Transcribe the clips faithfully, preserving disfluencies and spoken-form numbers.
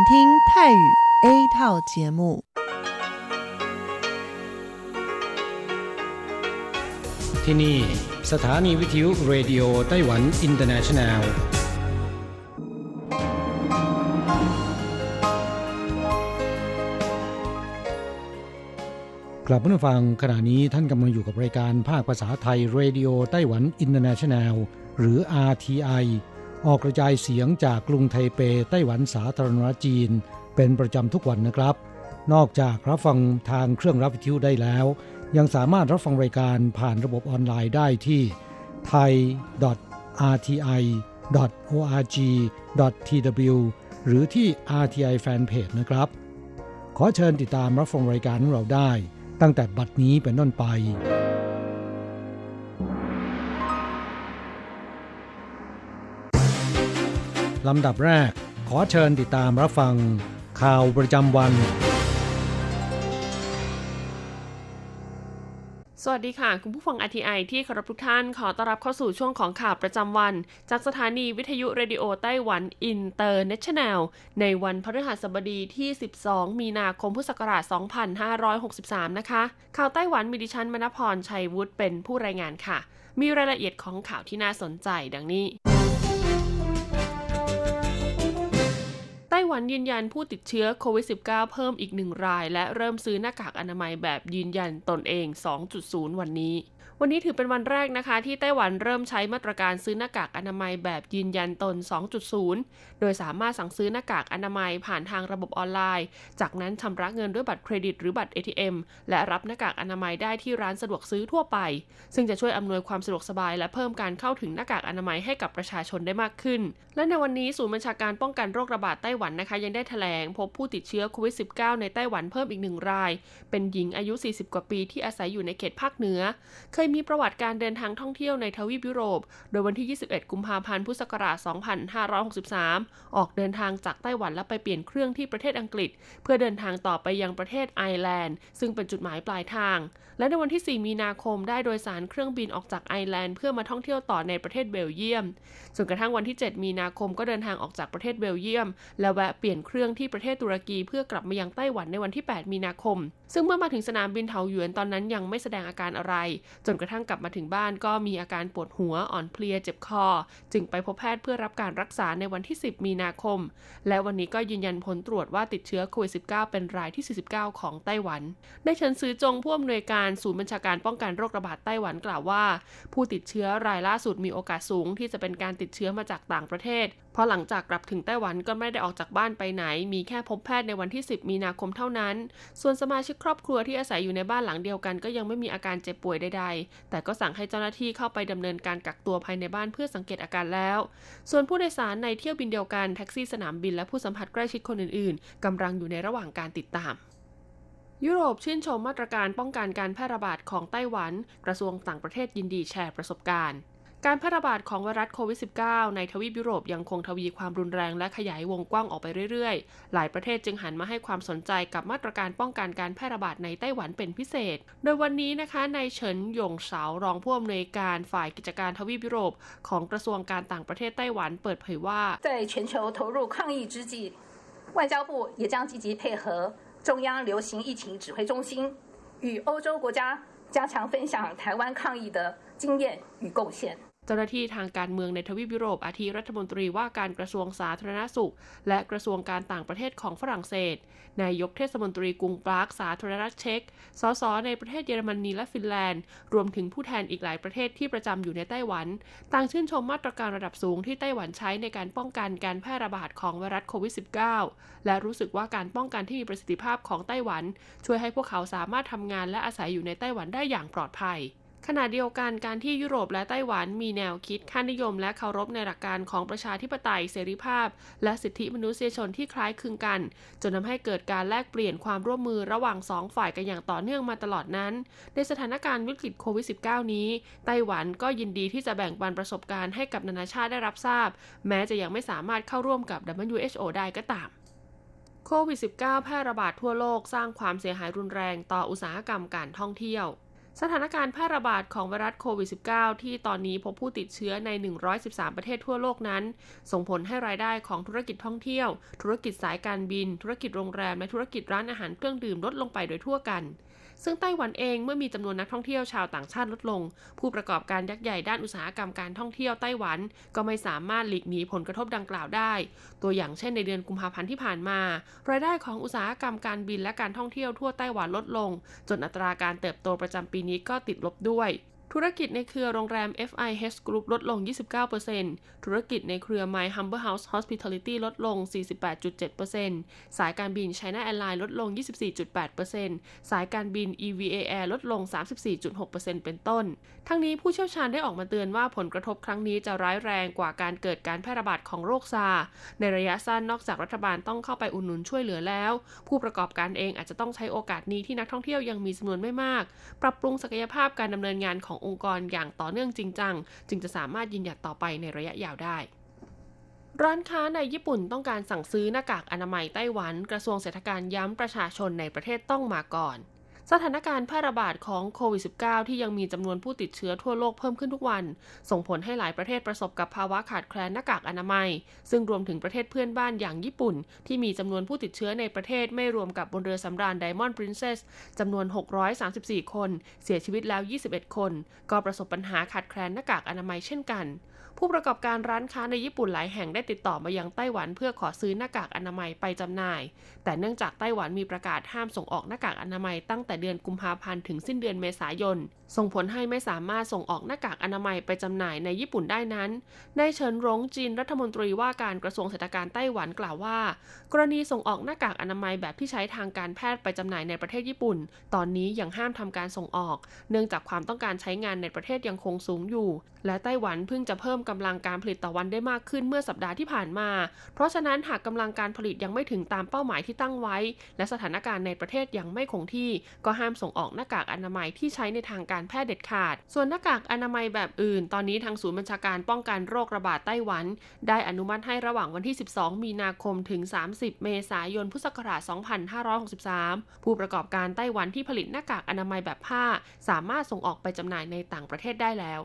听泰语 A 套节目。 ที่นี่สถานีวิทยุเรดิโอไต้หวันอินเตอร์เนชั่นแนลกลับมาฟังขณะนี้ท่านกำลังอยู่กับรายการภาคภาษาไทยเรดิโอไต้หวันอินเตอร์เนชั่นแนลหรือ อาร์ ที ไอ ออกกระจายเสียงจากกรุงไทเปไต้หวันสาธารณรัฐจีนเป็นประจำทุกวันนะครับนอกจากรับฟังทางเครื่องรับวิทยุได้แล้วยังสามารถรับฟังรายการผ่านระบบออนไลน์ได้ที่ ไทย ดอท อาร์ ที ไอ ดอท โอ อาร์ จี ดอท ที ดับเบิลยู หรือที่ อาร์ ที ไอ Fanpage นะครับขอเชิญติดตามรับฟังรายการของเราได้ตั้งแต่บัดนี้เป็นต้นไปลำดับแรกขอเชิญติดตามรับฟังข่าวประจำวันสวัสดีค่ะคุณผู้ฟัง อาร์ ที ไอ ที่เคารพทุกท่านขอต้อนรับเข้าสู่ช่วงของข่าวประจำวันจากสถานีวิทยุเรดิโอไต้หวันอินเตอร์เนชั่นแนลในวันพฤหัสบดีที่สิบสองมีนาคมพุทธศักราชสองพันห้าร้อยหกสิบสามนะคะข่าวไต้หวันมีดิฉันมณพรชัยวุฒิเป็นผู้รายงานค่ะมีรายละเอียดของข่าวที่น่าสนใจดังนี้ไต้หวันยืนยันผู้ติดเชื้อโควิด สิบเก้า เพิ่มอีกหนึ่งรายและเริ่มซื้อหน้ากากอนามัยแบบยืนยันตนเอง สองจุดศูนย์ วันนี้วันนี้ถือเป็นวันแรกนะคะที่ไต้หวันเริ่มใช้มาตรการซื้อหน้ากากอนามัยแบบยืนยันตน สองจุดศูนย์ โดยสามารถสั่งซื้อหน้ากากอนามัยผ่านทางระบบออนไลน์จากนั้นชำระเงินด้วยบัตรเครดิตหรือบัตร เอ ที เอ็ม และรับหน้ากากอนามัยได้ที่ร้านสะดวกซื้อทั่วไปซึ่งจะช่วยอำนวยความสะดวกสบายและเพิ่มการเข้าถึงหน้ากากอนามัยให้กับประชาชนได้มากขึ้นและในวันนี้ศูนย์บัญชาการป้องกันโรคระบาดไต้หวันนะคะยังได้แถลงพบผู้ติดเชื้อโควิด สิบเก้า ในไต้หวันเพิ่มอีกหนึ่งรายเป็นหญิงอายุสี่สิบกว่าปีที่อาศัยอยู่ในเขตภาคเหนือเคยมีประวัติการเดินทางท่องเที่ยวในทวีปยุโรปโดยวันที่ยี่สิบเอ็ดกุมภาพันธ์พุทธศักราชสองพันห้าร้อยหกสิบสามออกเดินทางจากไต้หวันและไปเปลี่ยนเครื่องที่ประเทศอังกฤษเพื่อเดินทางต่อไปยังประเทศไอร์แลนด์ซึ่งเป็นจุดหมายปลายทางและในวันที่สี่มีนาคมได้โดยสารเครื่องบินออกจากไอร์แลนด์เพื่อมาท่องเที่ยวต่อในประเทศเบลเยียมจนกระทั่งวันที่เจ็ดมีนาคมก็เดินทางออกจากประเทศเบลเยียมและแวะเปลี่ยนเครื่องที่ประเทศตุรกีเพื่อกลับมายังไต้หวันในวันที่แปดมีนาคมซึ่งเมื่อมาถึงสนามบินเถาหยวนตอนนั้นยังไม่แสดงอาการอะไรจนกระทั่งกลับมาถึงบ้านก็มีอาการปวดหัวอ่อนเพลียเจ็บคอจึงไปพบแพทย์เพื่อรับการรักษาในวันที่สิบมีนาคมและวันนี้ก็ยืนยันผลตรวจว่าติดเชื้อโควิด สิบเก้า เป็นรายที่สี่สิบเก้าของไต้หวันได้เฉินซือจงผู้อำนวยการศูนย์บัญชาการป้องกันโรคระบาดไต้หวันกล่าวว่าผู้ติดเชื้อรายล่าสุดมีโอกาสสูงที่จะเป็นการติดเชื้อมาจากต่างประเทศเพราะหลังจากกลับถึงไต้หวันก็ไม่ได้ออกจากบ้านไปไหนมีแค่พบแพทย์ในวันที่สิบมีนาคมเท่านั้นส่วนสมาชิกครอบครัวที่อาศัยอยู่ในบ้านหลังเดียวกันก็ยังไม่มีอาการเจ็บป่วยใดๆแต่ก็สั่งให้เจ้าหน้าที่เข้าไปดำเนินการกักตัวภายในบ้านเพื่อสังเกตอาการแล้วส่วนผู้โดยสารในเที่ยวบินเดียวกันแท็กซี่สนามบินและผู้สัมผัสใกล้ชิดคนอื่นๆกำลังอยู่ในระหว่างการติดตามยุโรปชื่นชมมาตรการป้องกันการแพร่ระบาดของไต้หวันกระทรวงต่างประเทศยินดีแชร์ประสบการณ์การแพร่ระบาดของไวรัสโควิด สิบเก้า ในทวีปยุโรปยังคงทวีความรุนแรงและขยายวงกว้างออกไปเรื่อยๆหลายประเทศจึงหันมาให้ความสนใจกับมาตรการป้องกันการแพร่ระบาดในไต้หวันเป็นพิเศษโดยวันนี้นะคะนายเฉินหยงเฉารองผู้อำนวยการฝ่ายกิจการทวีปยุโรปของกระทรวงการต่างประเทศไต้หวันเปิดเผยว่า在全球投入抗疫之际外交部也将积极配合中央流行疫情指挥中心与欧洲国家加强分享台湾抗疫的经验与贡献เจ้าหน้าที่ทางการเมืองในทวีปยุโรปอาทิรัฐมนตรีว่าการกระทรวงสาธารณสุขและกระทรวงการต่างประเทศของฝรั่งเศสนายกเทศมนตรีกรุงปรากสาธารณรัฐเช็กสสในประเทศเยอรมนีและฟินแลนด์รวมถึงผู้แทนอีกหลายประเทศที่ประจำอยู่ในไต้หวันต่างชื่นชมมาตรการระดับสูงที่ไต้หวันใช้ในการป้องกันการแพร่ระบาดของไวรัสโควิด สิบเก้า และรู้สึกว่าการป้องกันที่มีประสิทธิภาพของไต้หวันช่วยให้พวกเขาสามารถทำงานและอาศัยอยู่ในไต้หวันได้อย่างปลอดภัยขณะเดียวกันการที่ยุโรปและไต้หวันมีแนวคิดค่านิยมและเคารพในหลักการของประชาธิปไตยเสรีภาพและสิทธิมนุษยชนที่คล้ายคลึงกันจนทำให้เกิดการแลกเปลี่ยนความร่วมมือระหว่างสองฝ่ายกันอย่างต่อเนื่องมาตลอดนั้นในสถานการณ์วิกฤตโควิด สิบเก้า นี้ไต้หวันก็ยินดีที่จะแบ่งปันประสบการณ์ให้กับนานาชาติได้รับทราบแม้จะยังไม่สามารถเข้าร่วมกับ ดับเบิลยู เอช โอ ได้ก็ตามโควิด สิบเก้า แพร่ระบาดทั่วโลกสร้างความเสียหายรุนแรงต่ออุตสาหกรรมการท่องเที่ยวสถานการณ์แพร่ระบาดของไวรัสโควิด สิบเก้า ที่ตอนนี้พบผู้ติดเชื้อในหนึ่งร้อยสิบสามประเทศทั่วโลกนั้นส่งผลให้รายได้ของธุรกิจท่องเที่ยวธุรกิจสายการบินธุรกิจโรงแรมและธุรกิจร้านอาหารเครื่องดื่มลดลงไปโดยทั่วกันซึ่งไต้หวันเองเมื่อมีจำนวนนักท่องเที่ยวชาวต่างชาติลดลงผู้ประกอบการยักษ์ใหญ่ด้านอุตสาหกรรมการท่องเที่ยวไต้หวันก็ไม่สามารถหลีกหนีผลกระทบดังกล่าวได้ตัวอย่างเช่นในเดือนกุมภาพันธ์ที่ผ่านมารายได้ของอุตสาหกรรมการบินและการท่องเที่ยวทั่วไต้หวันลดลงจนอัตราการเติบโตประจำปีนี้ก็ติดลบด้วยธุรกิจในเครือโรงแรม เอฟ ไอ เอช Group ลดลง ยี่สิบเก้าเปอร์เซ็นต์ ธุรกิจในเครือ My Humble House Hospitality ลดลง สี่สิบแปดจุดเจ็ดเปอร์เซ็นต์ สายการบิน China Airlines ลดลง ยี่สิบสี่จุดแปดเปอร์เซ็นต์ สายการบิน อี วี เอ Air ลดลง สามสิบสี่จุดหกเปอร์เซ็นต์ เป็นต้นทั้งนี้ผู้เชี่ยวชาญได้ออกมาเตือนว่าผลกระทบครั้งนี้จะร้ายแรงกว่าการเกิดการแพร่ระบาดของโรคซาร์ในระยะสั้นนอกจากรัฐบาลต้องเข้าไปอุดหนุนช่วยเหลือแล้วผู้ประกอบการเองอาจจะต้องใช้โอกาสนี้ที่นักท่องเที่ยวยังมีจำนวนไม่มากปรับปรุงศักยภาพการดำเนินงานขององค์กรอย่างต่อเนื่องจริงจังจึงจะสามารถยืนหยัดต่อไปในระยะยาวได้ร้านค้าในญี่ปุ่นต้องการสั่งซื้อหน้ากากอนามัยไต้หวันกระทรวงเศรษฐกิจย้ำประชาชนในประเทศต้องมาก่อนสถานการณ์แพร่ระบาดของโควิด สิบเก้า ที่ยังมีจำนวนผู้ติดเชื้อทั่วโลกเพิ่มขึ้นทุกวันส่งผลให้หลายประเทศประสบกับภาวะขาดแคลนหน้ากากอนามัยซึ่งรวมถึงประเทศเพื่อนบ้านอย่างญี่ปุ่นที่มีจำนวนผู้ติดเชื้อในประเทศไม่รวมกับบนเรือสำราญ Diamond Princess จำนวนหกร้อยสามสิบสี่คนเสียชีวิตแล้วยี่สิบเอ็ดคนก็ประสบปัญหาขาดแคลนหน้ากากอนามัยเช่นกันผู้ประกอบการร้านค้าในญี่ปุ่นหลายแห่งได้ติดต่อมายังไต้หวันเพื่อขอซื้อหน้ากากอนามัยไปจำหน่ายแต่เนื่องจากไต้หวันมีประกาศห้ามส่งออกหน้ากากอนามัยตั้งแต่เดือนกุมภาพันธ์ถึงสิ้นเดือนเมษายนส่งผลให้ไม่สามารถส่งออกหน้ากากอนามัยไปจำหน่ายในญี่ปุ่นได้นั้นนายเฉินหลงจินรัฐมนตรีว่าการกระทรวงเศรษฐกิจไต้หวันกล่าวว่ากรณีส่งออกหน้ากากอนามัยแบบที่ใช้ทางการแพทย์ไปจำหน่ายในประเทศญี่ปุ่นตอนนี้ยังห้ามทำการส่งออกเนื่องจากความต้องการใช้งานในประเทศยังคงสูงอยู่และไต้หวันเพิ่งจะเพิ่มกำลังการผลิตต่อวันได้มากขึ้นเมื่อสัปดาห์ที่ผ่านมาเพราะฉะนั้นหากกำลังการผลิตยังไม่ถึงตามเป้าหมายที่ตั้งไว้และสถานการณ์ในประเทศยังไม่คงที่ก็ห้ามส่งออกหน้ากากอนามัยที่ใช้ในทางการแพทย์เด็ดขาดส่วนหน้ากากอนามัยแบบอื่นตอนนี้ทางศูนย์บัญชาการป้องกันโรคระบาดไต้หวันได้อนุมัติให้ระหว่างวันที่สิบสองมีนาคมถึงสามสิบเมษายนพุทธศักราชสองพันห้าร้อยหกสิบสามผู้ประกอบการไต้หวันที่ผลิตหน้ากากอนามัยแบบผ้าสามารถส่งออกไปจำหน่ายในต่างประเทศได้แล้ว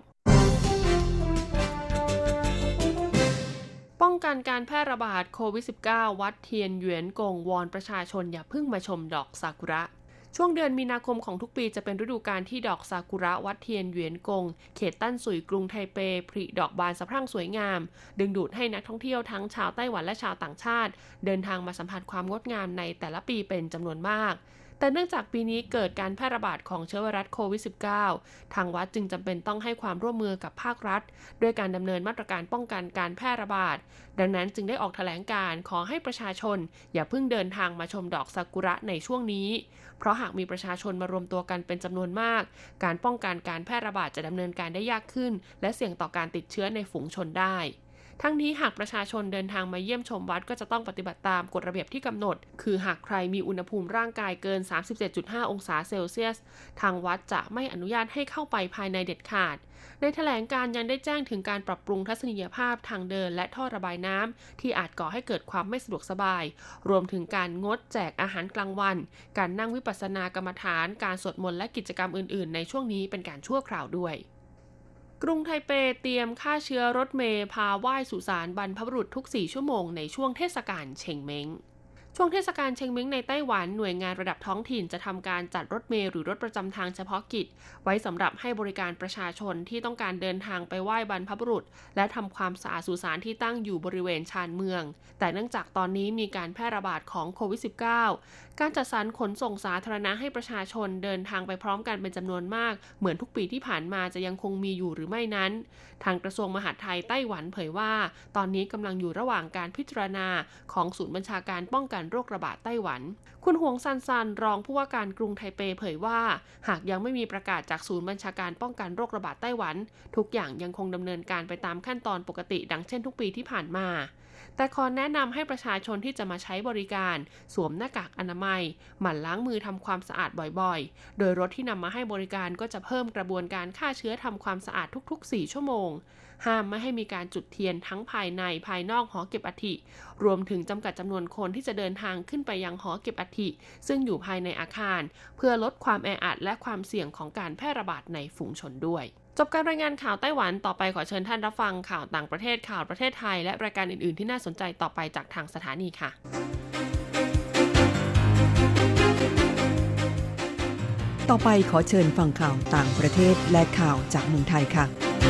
ป้องกันการแพร่ระบาดโควิด สิบเก้า วัดเทียนหยวนกงวอนประชาชนอย่าเพิ่งมาชมดอกซากุระช่วงเดือนมีนาคมของทุกปีจะเป็นฤดูกาลที่ดอกซากุระวัดเทียนหยวนกงเขตตั้นสุยกรุงไทเปผลิดอกบานสะพรั่งสวยงามดึงดูดให้นักท่องเที่ยวทั้งชาวไต้หวันและชาวต่างชาติเดินทางมาสัมผัสความงดงามในแต่ละปีเป็นจำนวนมากแต่เนื่องจากปีนี้เกิดการแพร่ระบาดของเชื้อไวรัสโควิด สิบเก้า ทางวัดจึงจำเป็นต้องให้ความร่วมมือกับภาครัฐด้วยการดำเนินมาตรการป้องกันการแพร่ระบาดดังนั้นจึงได้ออกแถลงการขอให้ประชาชนอย่าเพิ่งเดินทางมาชมดอกซากุระในช่วงนี้เพราะหากมีประชาชนมารวมตัวกันเป็นจำนวนมากการป้องกันการแพร่ระบาดจะดำเนินการได้ยากขึ้นและเสี่ยงต่อการติดเชื้อในฝูงชนได้ทั้งนี้หากประชาชนเดินทางมาเยี่ยมชมวัดก็จะต้องปฏิบัติตามกฎระเบียบที่กำหนดคือหากใครมีอุณหภูมิร่างกายเกิน สามสิบเจ็ดจุดห้า องศาเซลเซียสทางวัดจะไม่อนุญาตให้เข้าไปภายในเด็ดขาดในแถลงการยังได้แจ้งถึงการปรับปรุงทัศนียภาพทางเดินและท่อระบายน้ำที่อาจก่อให้เกิดความไม่สะดวกสบายรวมถึงการงดแจกอาหารกลางวันการนั่งวิปัสสนากรรมฐานการสวดมนต์และกิจกรรมอื่นๆในช่วงนี้เป็นการชั่วคราวด้วยกรุงไทเปเตรียมฆ่าเชื้อรถเมล์พาไหว้สุสานบรรพบุรุษทุกสี่ชั่วโมงในช่วงเทศกาลเชงเม้งช่วงเทศกาลเชงเม้งในไต้หวันหน่วยงานระดับท้องถิ่นจะทำการจัดรถเมล์หรือรถประจำทางเฉพาะกิจไว้สำหรับให้บริการประชาชนที่ต้องการเดินทางไปไหว้บรรพบุรุษและทำความสะอาดสุสานที่ตั้งอยู่บริเวณชานเมืองแต่เนื่องจากตอนนี้มีการแพร่ระบาดของโควิด สิบเก้า การจัดสรรขนส่งสาธารณะให้ประชาชนเดินทางไปพร้อมกันเป็นจำนวนมากเหมือนทุกปีที่ผ่านมาจะยังคงมีอยู่หรือไม่นั้นทางกระทรวงมหาดไทยไต้หวันเผยว่าตอนนี้กำลังอยู่ระหว่างการพิจารณาของศูนย์บัญชาการป้องกันโรคระบาดไต้หวันคุณหวงซันซันรองผู้ว่าการกรุงไทเปเผยว่าหากยังไม่มีประกาศจากศูนย์บัญชาการป้องกันโรคระบาดไต้หวันทุกอย่างยังคงดำเนินการไปตามขั้นตอนปกติดังเช่นทุกปีที่ผ่านมาแต่ขอแนะนำให้ประชาชนที่จะมาใช้บริการสวมหน้ากากอนามัยหมั่นล้างมือทำความสะอาดบ่อยๆโดยรถที่นำมาให้บริการก็จะเพิ่มกระบวนการฆ่าเชื้อทำความสะอาดทุกๆสี่ชั่วโมงห้ามไม่ให้มีการจุดเทียนทั้งภายในภายนอกหอเก็บอัฐิรวมถึงจำกัดจำนวนคนที่จะเดินทางขึ้นไปยังหอเก็บอัฐิซึ่งอยู่ภายในอาคารเพื่อลดความแออัดและความเสี่ยงของการแพร่ระบาดในฝูงชนด้วยจบการรายงานข่าวไต้หวันต่อไปขอเชิญท่านรับฟังข่าวต่างประเทศข่าวประเทศไทยและรายการอื่นๆที่น่าสนใจต่อไปจากทางสถานีค่ะต่อไปขอเชิญฟังข่าวต่างประเทศและข่าวจากเมืองไทยค่ะ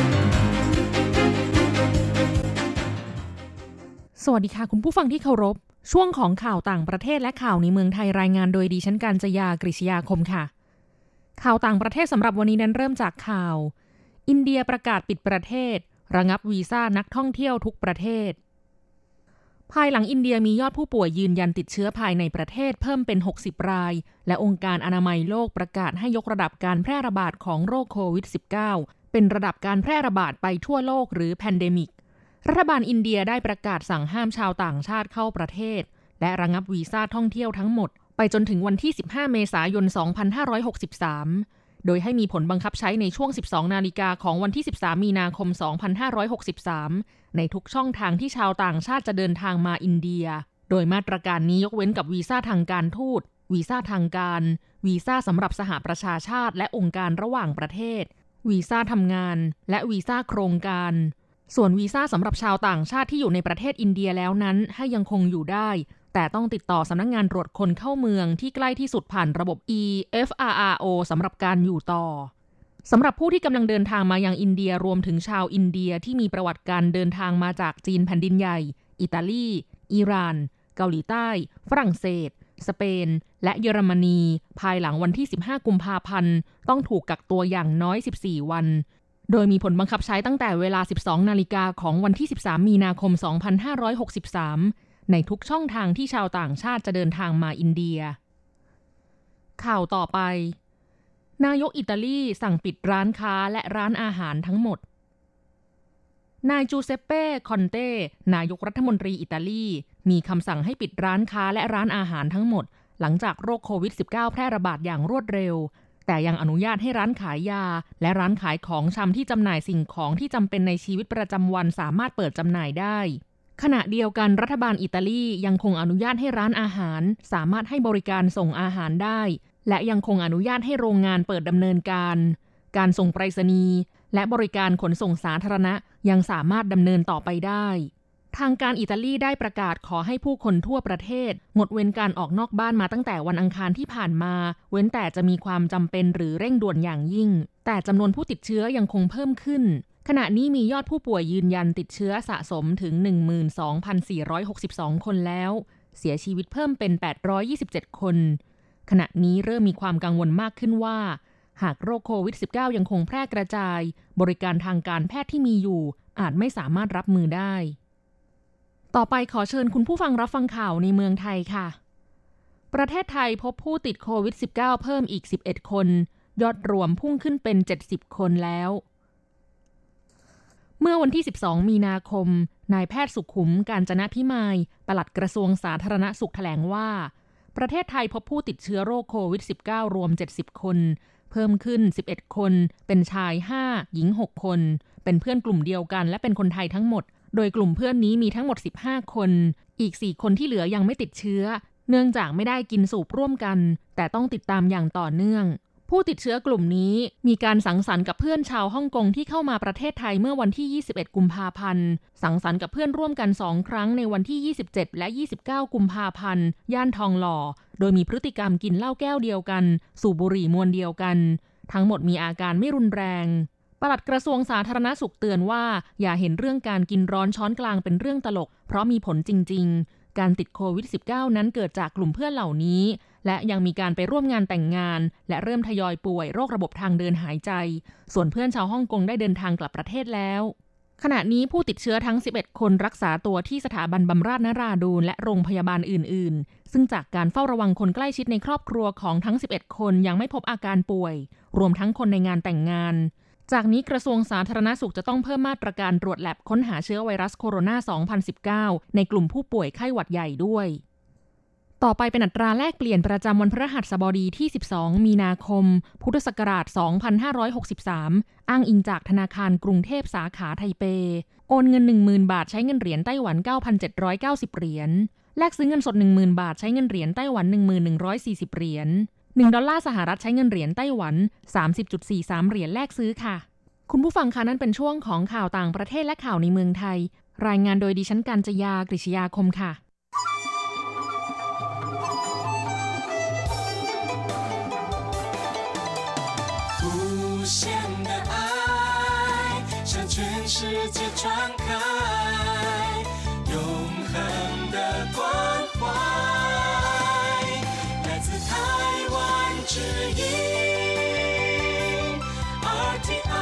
สวัสดีค่ะคุณผู้ฟังที่เคารพช่วงของข่าวต่างประเทศและข่าวในเมืองไทยรายงานโดยดิฉันกัญจยากฤษยาคมค่ะข่าวต่างประเทศสำหรับวันนี้นั้นเริ่มจากข่าวอินเดียประกาศปิดประเทศระงับวีซ่านักท่องเที่ยวทุกประเทศภายหลังอินเดียมียอดผู้ป่วยยืนยันติดเชื้อภายในประเทศเพิ่มเป็นหกสิบรายและองค์การอนามัยโลกประกาศให้ยกระดับการแพร่ระบาดของโรคโควิด สิบเก้า เป็นระดับการแพร่ระบาดไปทั่วโลกหรือแพนเดมิกรัฐบาลอินเดียได้ประกาศสั่งห้ามชาวต่างชาติเข้าประเทศและระงับวีซ่าท่องเที่ยวทั้งหมดไปจนถึงวันที่สิบห้าเมษายนสองพันห้าร้อยหกสิบสามโดยให้มีผลบังคับใช้ในช่วงสิบสองนาฬิกาของวันที่สิบสามมีนาคมสองพันห้าร้อยหกสิบสามในทุกช่องทางที่ชาวต่างชาติจะเดินทางมาอินเดียโดยมาตรการนี้ยกเว้นกับวีซ่าทางการทูตวีซ่าทางการวีซ่าสำหรับสหประชาชาติและองค์การระหว่างประเทศวีซ่าทำงานและวีซ่าโครงการส่วนวีซ่าสำหรับชาวต่างชาติที่อยู่ในประเทศอินเดียแล้วนั้นให้ยังคงอยู่ได้แต่ต้องติดต่อสำนักงานตรวจคนเข้าเมืองที่ใกล้ที่สุดผ่านระบบ อี เอฟ อาร์ อาร์ โอ สำหรับการอยู่ต่อสำหรับผู้ที่กำลังเดินทางมายังอินเดียรวมถึงชาวอินเดียที่มีประวัติการเดินทางมาจากจีนแผ่นดินใหญ่อิตาลีอิหร่านเกาหลีใต้ฝรั่งเศสสเปนและเยอรมนีภายหลังวันที่สิบห้ากุมภาพันธ์ต้องถูกกักตัวอย่างน้อยสิบสี่วันโดยมีผลบังคับใช้ตั้งแต่เวลา สิบสองนาฬิกาของวันที่สิบสามมีนาคมสองพันห้าร้อยหกสิบสามในทุกช่องทางที่ชาวต่างชาติจะเดินทางมาอินเดียข่าวต่อไปนายกอิตาลีสั่งปิดร้านค้าและร้านอาหารทั้งหมดนายจูเซปเป้คอนเต้นายกรัฐมนตรีอิตาลีมีคำสั่งให้ปิดร้านค้าและร้านอาหารทั้งหมดหลังจากโรคโควิด สิบเก้า แพร่ระบาดอย่างรวดเร็วแต่ยังอนุญาตให้ร้านขายยาและร้านขายของชำที่จำหน่ายสิ่งของที่จำเป็นในชีวิตประจำวันสามารถเปิดจำหน่ายได้ขณะเดียวกันรัฐบาลอิตาลียังคงอนุญาตให้ร้านอาหารสามารถให้บริการส่งอาหารได้และยังคงอนุญาตให้โรงงานเปิดดำเนินการการส่งไปรษณีย์และบริการขนส่งสาธารณะยังสามารถดำเนินต่อไปได้ทางการอิตาลีได้ประกาศขอให้ผู้คนทั่วประเทศงดเว้นการออกนอกบ้านมาตั้งแต่วันอังคารที่ผ่านมาเว้นแต่จะมีความจำเป็นหรือเร่งด่วนอย่างยิ่งแต่จำนวนผู้ติดเชื้อยังคงเพิ่มขึ้นขณะนี้มียอดผู้ป่วยยืนยันติดเชื้อสะสมถึง หนึ่งหมื่นสองพันสี่ร้อยหกสิบสอง คนแล้วเสียชีวิตเพิ่มเป็นแปดร้อยยี่สิบเจ็ดคนขณะนี้เริ่มมีความกังวลมากขึ้นว่าหากโรคโควิด สิบเก้า ยังคงแพร่กระจายบริการทางการแพทย์ที่มีอยู่อาจไม่สามารถรับมือได้ต่อไปขอเชิญคุณผู้ฟังรับฟังข่าวในเมืองไทยค่ะประเทศไทยพบผู้ติดโควิด สิบเก้า เพิ่มอีกสิบเอ็ดคนยอดรวมพุ่งขึ้นเป็นเจ็ดสิบคนแล้วเมื่อวันที่สิบสองมีนาคมนายแพทย์สุขุมกาญจนพิมายปลัดกระทรวงสาธารณสุขแถลงว่าประเทศไทยพบผู้ติดเชื้อโรคโควิด สิบเก้า รวมเจ็ดสิบคนเพิ่มขึ้นสิบเอ็ดคนเป็นชายห้าหญิงหกคนเป็นเพื่อนกลุ่มเดียวกันและเป็นคนไทยทั้งหมดโดยกลุ่มเพื่อนนี้มีทั้งหมดสิบห้าคนอีกสี่คนที่เหลือยังไม่ติดเชื้อเนื่องจากไม่ได้กินสูบร่วมกันแต่ต้องติดตามอย่างต่อเนื่องผู้ติดเชื้อกลุ่มนี้มีการสังสรรค์กับเพื่อนชาวฮ่องกงที่เข้ามาประเทศไทยเมื่อวันที่ยี่สิบเอ็ดกุมภาพันธ์สังสรรค์กับเพื่อนร่วมกันสองครั้งในวันที่ยี่สิบเจ็ดและยี่สิบเก้ากุมภาพันธ์ย่านทองหล่อโดยมีพฤติกรรมกินเหล้าแก้วเดียวกันสูบบุหรี่มวนเดียวกันทั้งหมดมีอาการไม่รุนแรงปลัดกระทรวงสาธารณสุขเตือนว่าอย่าเห็นเรื่องการกินร้อนช้อนกลางเป็นเรื่องตลกเพราะมีผลจริงๆการติดโควิด สิบเก้า นั้นเกิดจากกลุ่มเพื่อนเหล่านี้และยังมีการไปร่วมงานแต่งงานและเริ่มทยอยป่วยโรคระบบทางเดินหายใจส่วนเพื่อนชาวฮ่องกงได้เดินทางกลับประเทศแล้วขณะนี้ผู้ติดเชื้อทั้งสิบเอ็ดคนรักษาตัวที่สถาบันบำราศนราดูนและโรงพยาบาลอื่นๆซึ่งจากการเฝ้าระวังคนใกล้ชิดในครอบครัวของทั้งสิบเอ็ดคนยังไม่พบอาการป่วยรวมทั้งคนในงานแต่งงานจากนี้กระทรวงสาธารณสุขจะต้องเพิ่มมาตรการตรวจแลบค้นหาเชื้อไวรัสโคโรนา สองพันสิบเก้า ในกลุ่มผู้ป่วยไข้หวัดใหญ่ด้วยต่อไปเป็นอัตราแลกเปลี่ยนประจำวันพฤหัสบดีที่สิบสองมีนาคมพุทธศักราชสองพันห้าร้อยหกสิบสามอ้างอิงจากธนาคารกรุงเทพสาขาไทเปโอนเงิน หนึ่งหมื่น บาทใช้เงินเหรียญไต้หวัน เก้าพันเจ็ดร้อยเก้าสิบ เหรียญแลกซื้อเงินสด หนึ่งหมื่น บาทใช้เงินเหรียญไต้หวัน หนึ่งพันหนึ่งร้อยสี่สิบ เหรียญหนึ่งดอลลาร์สหรัฐใช้เงินเหรียญไต้หวัน สามสิบจุดสี่สาม เหรียญแลกซื้อค่ะคุณผู้ฟังคะนั่นเป็นช่วงของข่าวต่างประเทศและข่าวในเมืองไทยรายงานโดยดิฉันกัญจยากฤษยาคมค่ะ世界传开永恒的关怀来自台湾之音 อาร์ ที ไอ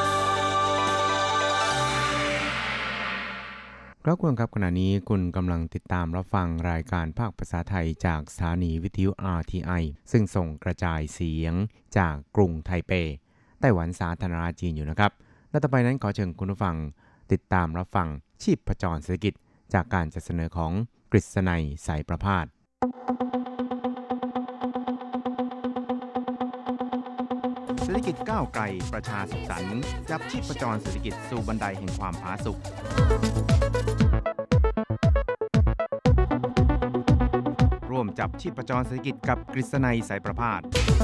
ครับคุณครับขณะนี้คุณกำลังติดตามรับฟังรายการภาคภาษาไทยจากสถานีวิทยุ อาร์ ที ไอ ซึ่งส่งกระจายเสียงจากกรุงไทเปไต้หวันสาธารณรัฐจีนอยู่นะครับและต่อไปนั้นขอเชิญคุณผู้ฟังติดตามรับฟังชีพจรเศรษฐกิจจากการจัดเสนอของกฤษณัยสายประภาสเศรษฐกิจก้าวไกลประชาสุขสันต์จับชีพจรเศรษฐกิจสู่บันไดแห่งความผาสุกร่วมจับชีพจรเศรษฐกิจกับกฤษณัยสายประภาส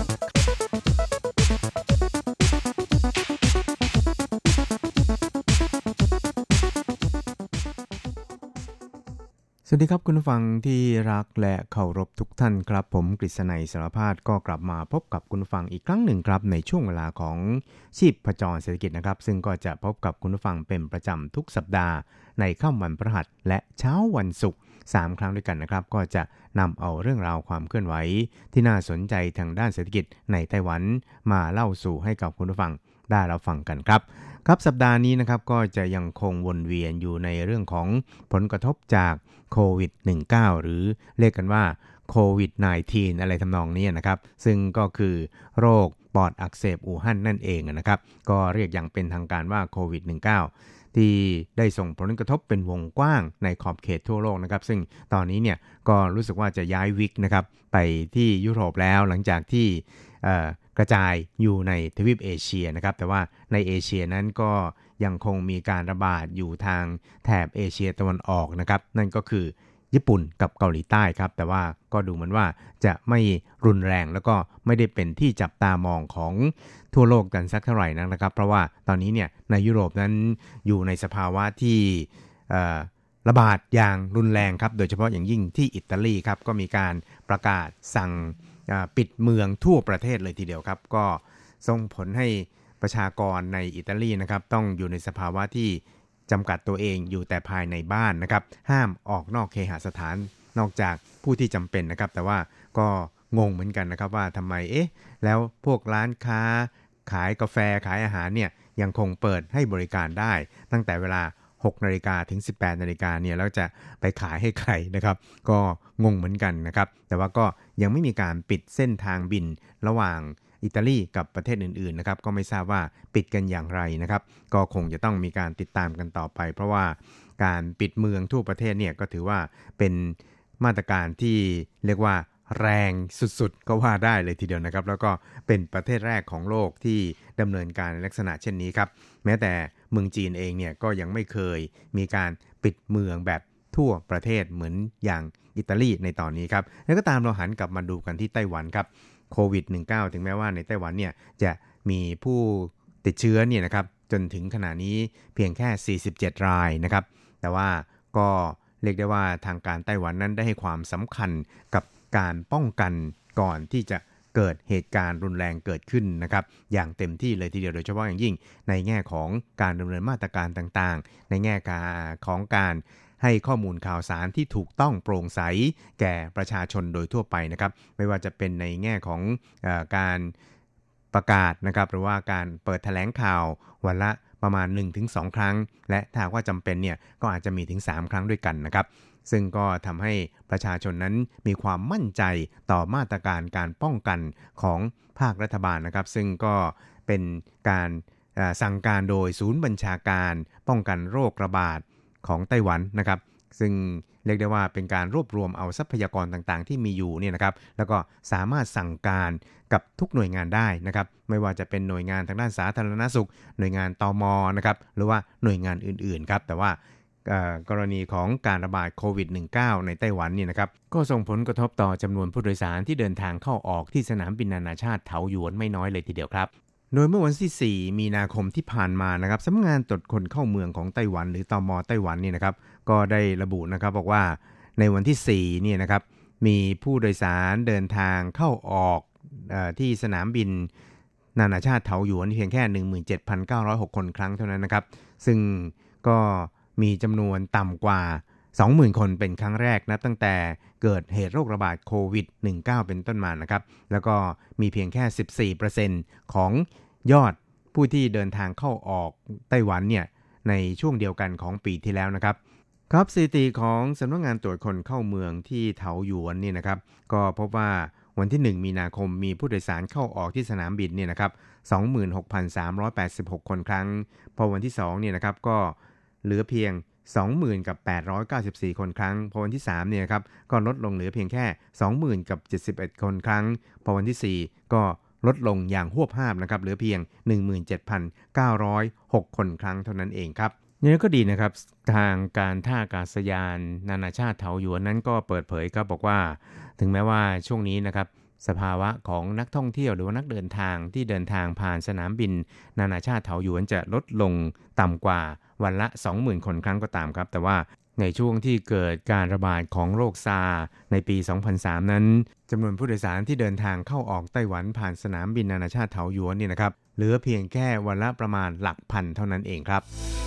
สวัสดีครับคุณผู้ฟังที่รักและเคารพทุกท่านครับผมกฤษณัยสารพาดก็กลับมาพบกับคุณผู้ฟังอีกครั้งหนึ่งครับในช่วงเวลาของชีพจรเศรษฐกิจนะครับซึ่งก็จะพบกับคุณผู้ฟังเป็นประจำทุกสัปดาห์ในค่ำวันพฤหัสและเช้าวันศุกร์สามครั้งด้วยกันนะครับก็จะนำเอาเรื่องราวความเคลื่อนไหวที่น่าสนใจทางด้านเศรษฐกิจในไต้หวันมาเล่าสู่ให้กับคุณผู้ฟังได้รับฟังกันครับครับสัปดาห์นี้นะครับก็จะยังคงวนเวียนอยู่ในเรื่องของผลกระทบจากโควิด สิบเก้า หรือเรียกกันว่าโควิด สิบเก้า อะไรทำนองนี้นะครับซึ่งก็คือโรคปอดอักเสบอู่ฮั่นนั่นเองนะครับก็เรียกอย่างเป็นทางการว่าโควิด สิบเก้า ที่ได้ส่งผลกระทบเป็นวงกว้างในขอบเขตทั่วโลกนะครับซึ่งตอนนี้เนี่ยก็รู้สึกว่าจะย้ายวิกนะครับไปที่ยุโรปแล้วหลังจากที่กระจายอยู่ในทวีปเอเชียนะครับแต่ว่าในเอเชียนั้นก็ยังคงมีการระบาดอยู่ทางแถบเอเชียตะวันออกนะครับนั่นก็คือญี่ปุ่นกับเกาหลีใต้ครับแต่ว่าก็ดูเหมือนว่าจะไม่รุนแรงแล้วก็ไม่ได้เป็นที่จับตามองของทั่วโลกกันสักเท่าไหร่นักนะครับเพราะว่าตอนนี้เนี่ยในยุโรปนั้นอยู่ในสภาวะที่ระบาดอย่างรุนแรงครับโดยเฉพาะอย่างยิ่งที่อิตาลีครับก็มีการประกาศสั่งปิดเมืองทั่วประเทศเลยทีเดียวครับก็ส่งผลให้ประชากรในอิตาลีนะครับต้องอยู่ในสภาวะที่จำกัดตัวเองอยู่แต่ภายในบ้านนะครับห้ามออกนอกเคหสถานนอกจากผู้ที่จำเป็นนะครับแต่ว่าก็งงเหมือนกันนะครับว่าทำไมเอ๊ะแล้วพวกร้านค้าขายกาแฟขายอาหารเนี่ยยังคงเปิดให้บริการได้ตั้งแต่เวลาหกนาฬิกาถึงสิบแปดนาฬิกาเนี่ยแล้วจะไปขายให้ใครนะครับก็งงเหมือนกันนะครับแต่ว่าก็ยังไม่มีการปิดเส้นทางบินระหว่างอิตาลีกับประเทศอื่นๆนะครับก็ไม่ทราบว่าปิดกันอย่างไรนะครับก็คงจะต้องมีการติดตามกันต่อไปเพราะว่าการปิดเมืองทั่วประเทศเนี่ยก็ถือว่าเป็นมาตรการที่เรียกว่าแรงสุดๆก็ว่าได้เลยทีเดียวนะครับแล้วก็เป็นประเทศแรกของโลกที่ดำเนินการในลักษณะเช่นนี้ครับแม้แต่เมืองจีนเองเนี่ยก็ยังไม่เคยมีการปิดเมืองแบบทั่วประเทศเหมือนอย่างอิตาลีในตอนนี้ครับแล้วก็ตามเราหันกลับมาดูกันที่ไต้หวันครับโควิด สิบเก้า ถึงแม้ว่าในไต้หวันเนี่ยจะมีผู้ติดเชื้อเนี่ยนะครับจนถึงขณะนี้เพียงแค่สี่สิบเจ็ดรายนะครับแต่ว่าก็เรียกได้ว่าทางการไต้หวันนั้นได้ให้ความสำคัญกับการป้องกันก่อนที่จะเกิดเหตุการณ์รุนแรงเกิดขึ้นนะครับอย่างเต็มที่เลยทีเดียวโดยเฉพาะอย่างยิ่งในแง่ของการดำเนินมาตรการต่างๆในแง่ของการให้ข้อมูลข่าวสารที่ถูกต้องโปร่งใสแก่ประชาชนโดยทั่วไปนะครับไม่ว่าจะเป็นในแง่ของเอ่อการประกาศนะครับหรือว่าการเปิดแถลงข่าววันละประมาณ หนึ่งถึงสอง ครั้งและถ้าว่าจำเป็นเนี่ยก็อาจจะมีถึงสามครั้งด้วยกันนะครับซึ่งก็ทำให้ประชาชนนั้นมีความมั่นใจต่อมาตรการการป้องกันของภาครัฐบาลนะครับซึ่งก็เป็นการสั่งการโดยศูนย์บัญชาการป้องกันโรคระบาดของไต้หวันนะครับซึ่งเรียกได้ว่าเป็นการรวบรวมเอาทรัพยากรต่างๆที่มีอยู่เนี่ยนะครับแล้วก็สามารถสั่งการกับทุกหน่วยงานได้นะครับไม่ว่าจะเป็นหน่วยงานทางด้านสาธารณสุขหน่วยงานตม.นะครับหรือว่าหน่วยงานอื่นๆครับแต่ว่ากรณีของการระบาดโควิด สิบเก้า ในไต้หวันนี่นะครับก็ส่งผลกระทบต่อจำนวนผู้โดยสารที่เดินทางเข้าออกที่สนามบินนานาชาติเถาหยวนไม่น้อยเลยทีเดียวครับโดยเมื่อวันที่สี่มีนาคมที่ผ่านมานะครับสำนักงานตรวจคนเข้าเมืองของไต้หวันหรือตม.ไต้หวันนี่นะครับก็ได้ระบุนะครับบอกว่าในวันที่สี่นี่นะครับมีผู้โดยสารเดินทางเข้าออกเอ่อที่สนามบินนานาชาติเถาหยวนเพียงแค่ หนึ่งหมื่นเจ็ดพันเก้าร้อยหก คนครั้งเท่านั้นนะครับซึ่งก็มีจำนวนต่ำกว่า สองหมื่น คนเป็นครั้งแรกนับตั้งแต่เกิดเหตุโรคระบาดโควิด สิบเก้า เป็นต้นมานะครับแล้วก็มีเพียงแค่ สิบสี่เปอร์เซ็นต์ ของยอดผู้ที่เดินทางเข้าออกไต้หวันเนี่ยในช่วงเดียวกันของปีที่แล้วนะครับครับสถิติของสำนักงานตรวจคนเข้าเมืองที่เถาหยวนนี่นะครับก็พบว่าวันที่หนึ่งมีนาคมมีผู้โดยสารเข้าออกที่สนามบินเนี่ยนะครับ สองหมื่นหกพันสามร้อยแปดสิบหก คนครั้งพอวันที่สองเนี่ยนะครับก็เหลือเพียง สองหมื่นแปดร้อยเก้าสิบสี่ คนครั้งพอวันที่สามเนี่ยครับก็ลดลงเหลือเพียงแค่ สองหมื่นเจ็ดสิบเอ็ด คนครั้งพอวันที่สี่ก็ลดลงอย่างหวบหาบนะครับเหลือเพียง หนึ่งหมื่นเจ็ดพันเก้าร้อยหก คนครั้งเท่านั้นเองครับนี่ก็ดีนะครับทางการท่าอากาศยานนานาชาติเถาหยวนนั้นก็เปิดเผยครับบอกว่าถึงแม้ว่าช่วงนี้นะครับสภาวะของนักท่องเที่ยวหรือว่านักเดินทางที่เดินทางผ่านสนามบินนานาชาติเถาหยวนจะลดลงต่ำกว่าวันละ สองหมื่น คนครั้งก็ตามครับแต่ว่าในช่วงที่เกิดการระบาดของโรคซาร์ในปี สองพันสาม นั้นจำนวนผู้โดยสารที่เดินทางเข้าออกไต้หวันผ่านสนามบินนานาชาติเถาหยวนนี่นะครับเหลือเพียงแค่วันละประมาณหลักพันเท่านั้นเองครับ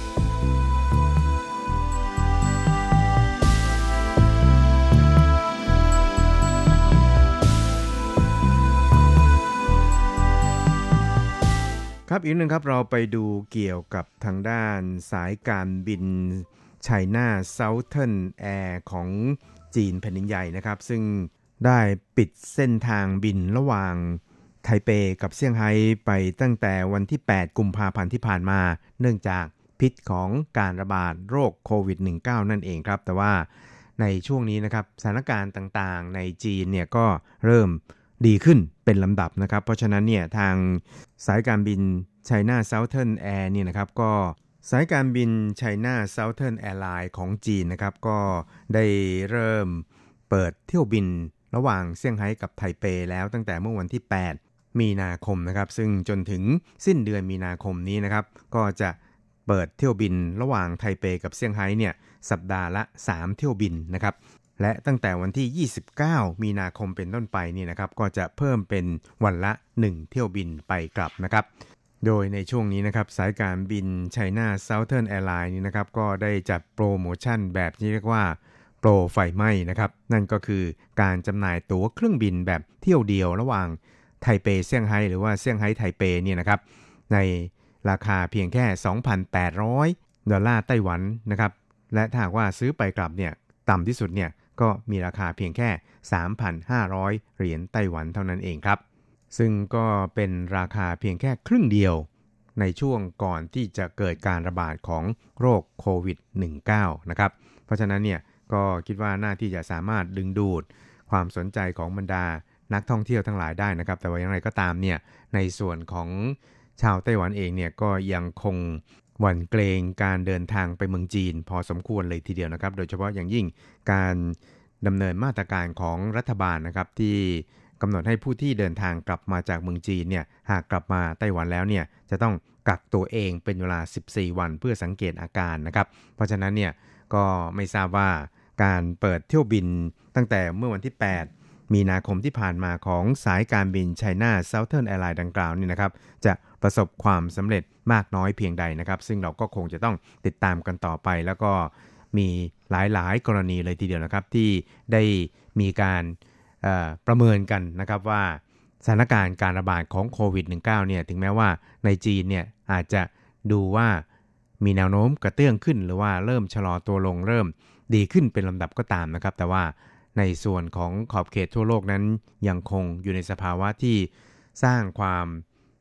ครับอีกหนึ่งครับเราไปดูเกี่ยวกับทางด้านสายการบิน China Southern Air ของจีนแผ่นดินใหญ่นะครับซึ่งได้ปิดเส้นทางบินระหว่างไทเปกับเซี่ยงไฮ้ไปตั้งแต่วันที่แปดกุมภาพันธ์ที่ผ่านมาเนื่องจากพิษของการระบาดโรคโควิด สิบเก้า นั่นเองครับแต่ว่าในช่วงนี้นะครับสถานการณ์ต่างๆในจีนเนี่ยก็เริ่มดีขึ้นเป็นลำดับนะครับเพราะฉะนั้นเนี่ยทางสายการบิน China Southern Air เนี่ยนะครับก็สายการบิน China Southern Airlines ของจีนนะครับก็ได้เริ่มเปิดเที่ยวบินระหว่างเซี่ยงไฮ้กับไทเปแล้วตั้งแต่เมื่อวันที่แปดมีนาคมนะครับซึ่งจนถึงสิ้นเดือนมีนาคมนี้นะครับก็จะเปิดเที่ยวบินระหว่างไทเปกับเซี่ยงไฮ้เนี่ยสัปดาห์ละสามเที่ยวบินนะครับและตั้งแต่วันที่ยี่สิบเก้ามีนาคมเป็นต้นไปนี่นะครับก็จะเพิ่มเป็นวันละหนึ่งเที่ยวบินไปกลับนะครับโดยในช่วงนี้นะครับสายการบิน China Southern Airlines นี่นะครับก็ได้จัดโปรโมชั่นแบบที่เรียกว่าโปรไฟไหม้นะครับนั่นก็คือการจำหน่ายตั๋วเครื่องบินแบบเที่ยวเดียวระหว่างไทเปเซี่ยงไฮ้หรือว่าเซี่ยงไฮ้ไทเปเนี่ยนะครับในราคาเพียงแค่ สองพันแปดร้อย ดอลลาร์ไต้หวันนะครับและถ้าหากว่าซื้อไปกลับเนี่ยต่ำที่สุดเนี่ยก็มีราคาเพียงแค่ สามพันห้าร้อย เหรียญไต้หวันเท่านั้นเองครับซึ่งก็เป็นราคาเพียงแค่ครึ่งเดียวในช่วงก่อนที่จะเกิดการระบาดของโรคโควิด สิบเก้า นะครับเพราะฉะนั้นเนี่ยก็คิดว่าน่าที่จะสามารถดึงดูดความสนใจของบรรดานักท่องเที่ยวทั้งหลายได้นะครับแต่ว่าอย่างไรก็ตามเนี่ยในส่วนของชาวไต้หวันเองเนี่ยก็ยังคงหวั่นเกรงการเดินทางไปเมืองจีนพอสมควรเลยทีเดียวนะครับโดยเฉพาะอย่างยิ่งการดำเนินมาตรการของรัฐบาลนะครับที่กำหนดให้ผู้ที่เดินทางกลับมาจากเมืองจีนเนี่ยหากกลับมาไต้หวันแล้วเนี่ยจะต้องกักตัวเองเป็นเวลาสิบสี่วันเพื่อสังเกตอาการนะครับเพราะฉะนั้นเนี่ยก็ไม่ทราบว่าการเปิดเที่ยวบินตั้งแต่เมื่อวันที่แปดมีนาคมที่ผ่านมาของสายการบิน China Southern Airlines ดังกล่าวนี่นะครับจะประสบความสำเร็จมากน้อยเพียงใดนะครับซึ่งเราก็คงจะต้องติดตามกันต่อไปแล้วก็มีหลายๆกรณีเลยทีเดียวนะครับที่ได้มีการประเมินกันนะครับว่าสถานการณ์การระบาดของโควิด สิบเก้า เนี่ยถึงแม้ว่าในจีนเนี่ยอาจจะดูว่ามีแนวโน้มกระเตื้องขึ้นหรือว่าเริ่มชะลอตัวลงเริ่มดีขึ้นเป็นลำดับก็ตามนะครับแต่ว่าในส่วนของขอบเขตทั่วโลกนั้นยังคงอยู่ในสภาวะที่สร้างความ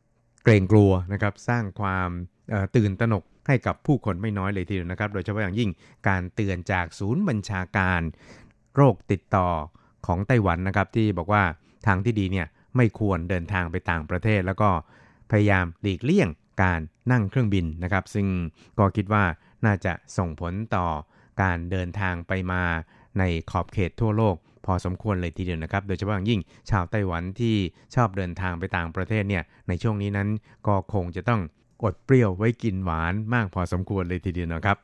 เกรงกลัวนะครับสร้างความตื่นตระหนกให้กับผู้คนไม่น้อยเลยทีเดียวนะครับโดยเฉพาะอย่างยิ่งการเตือนจากศูนย์บัญชาการโรคติดต่อของไต้หวันนะครับที่บอกว่าทางที่ดีเนี่ยไม่ควรเดินทางไปต่างประเทศแล้วก็พยายามหลีกเลี่ยงการนั่งเครื่องบินนะครับซึ่งก็คิดว่าน่าจะส่งผลต่อการเดินทางไปมาในขอบเขตทั่วโลกพอสมควรเลยทีเดียวนะครับโดยเฉพาะอย่างยิ่งชาวไต้หวันที่ชอบเดินทางไปต่างประเทศเนี่ยในช่วงนี้นั้นก็คงจะต้องอดเปรี้ยวไว้กินหวานมากพอสมควรเลยทีเดียวนะครับ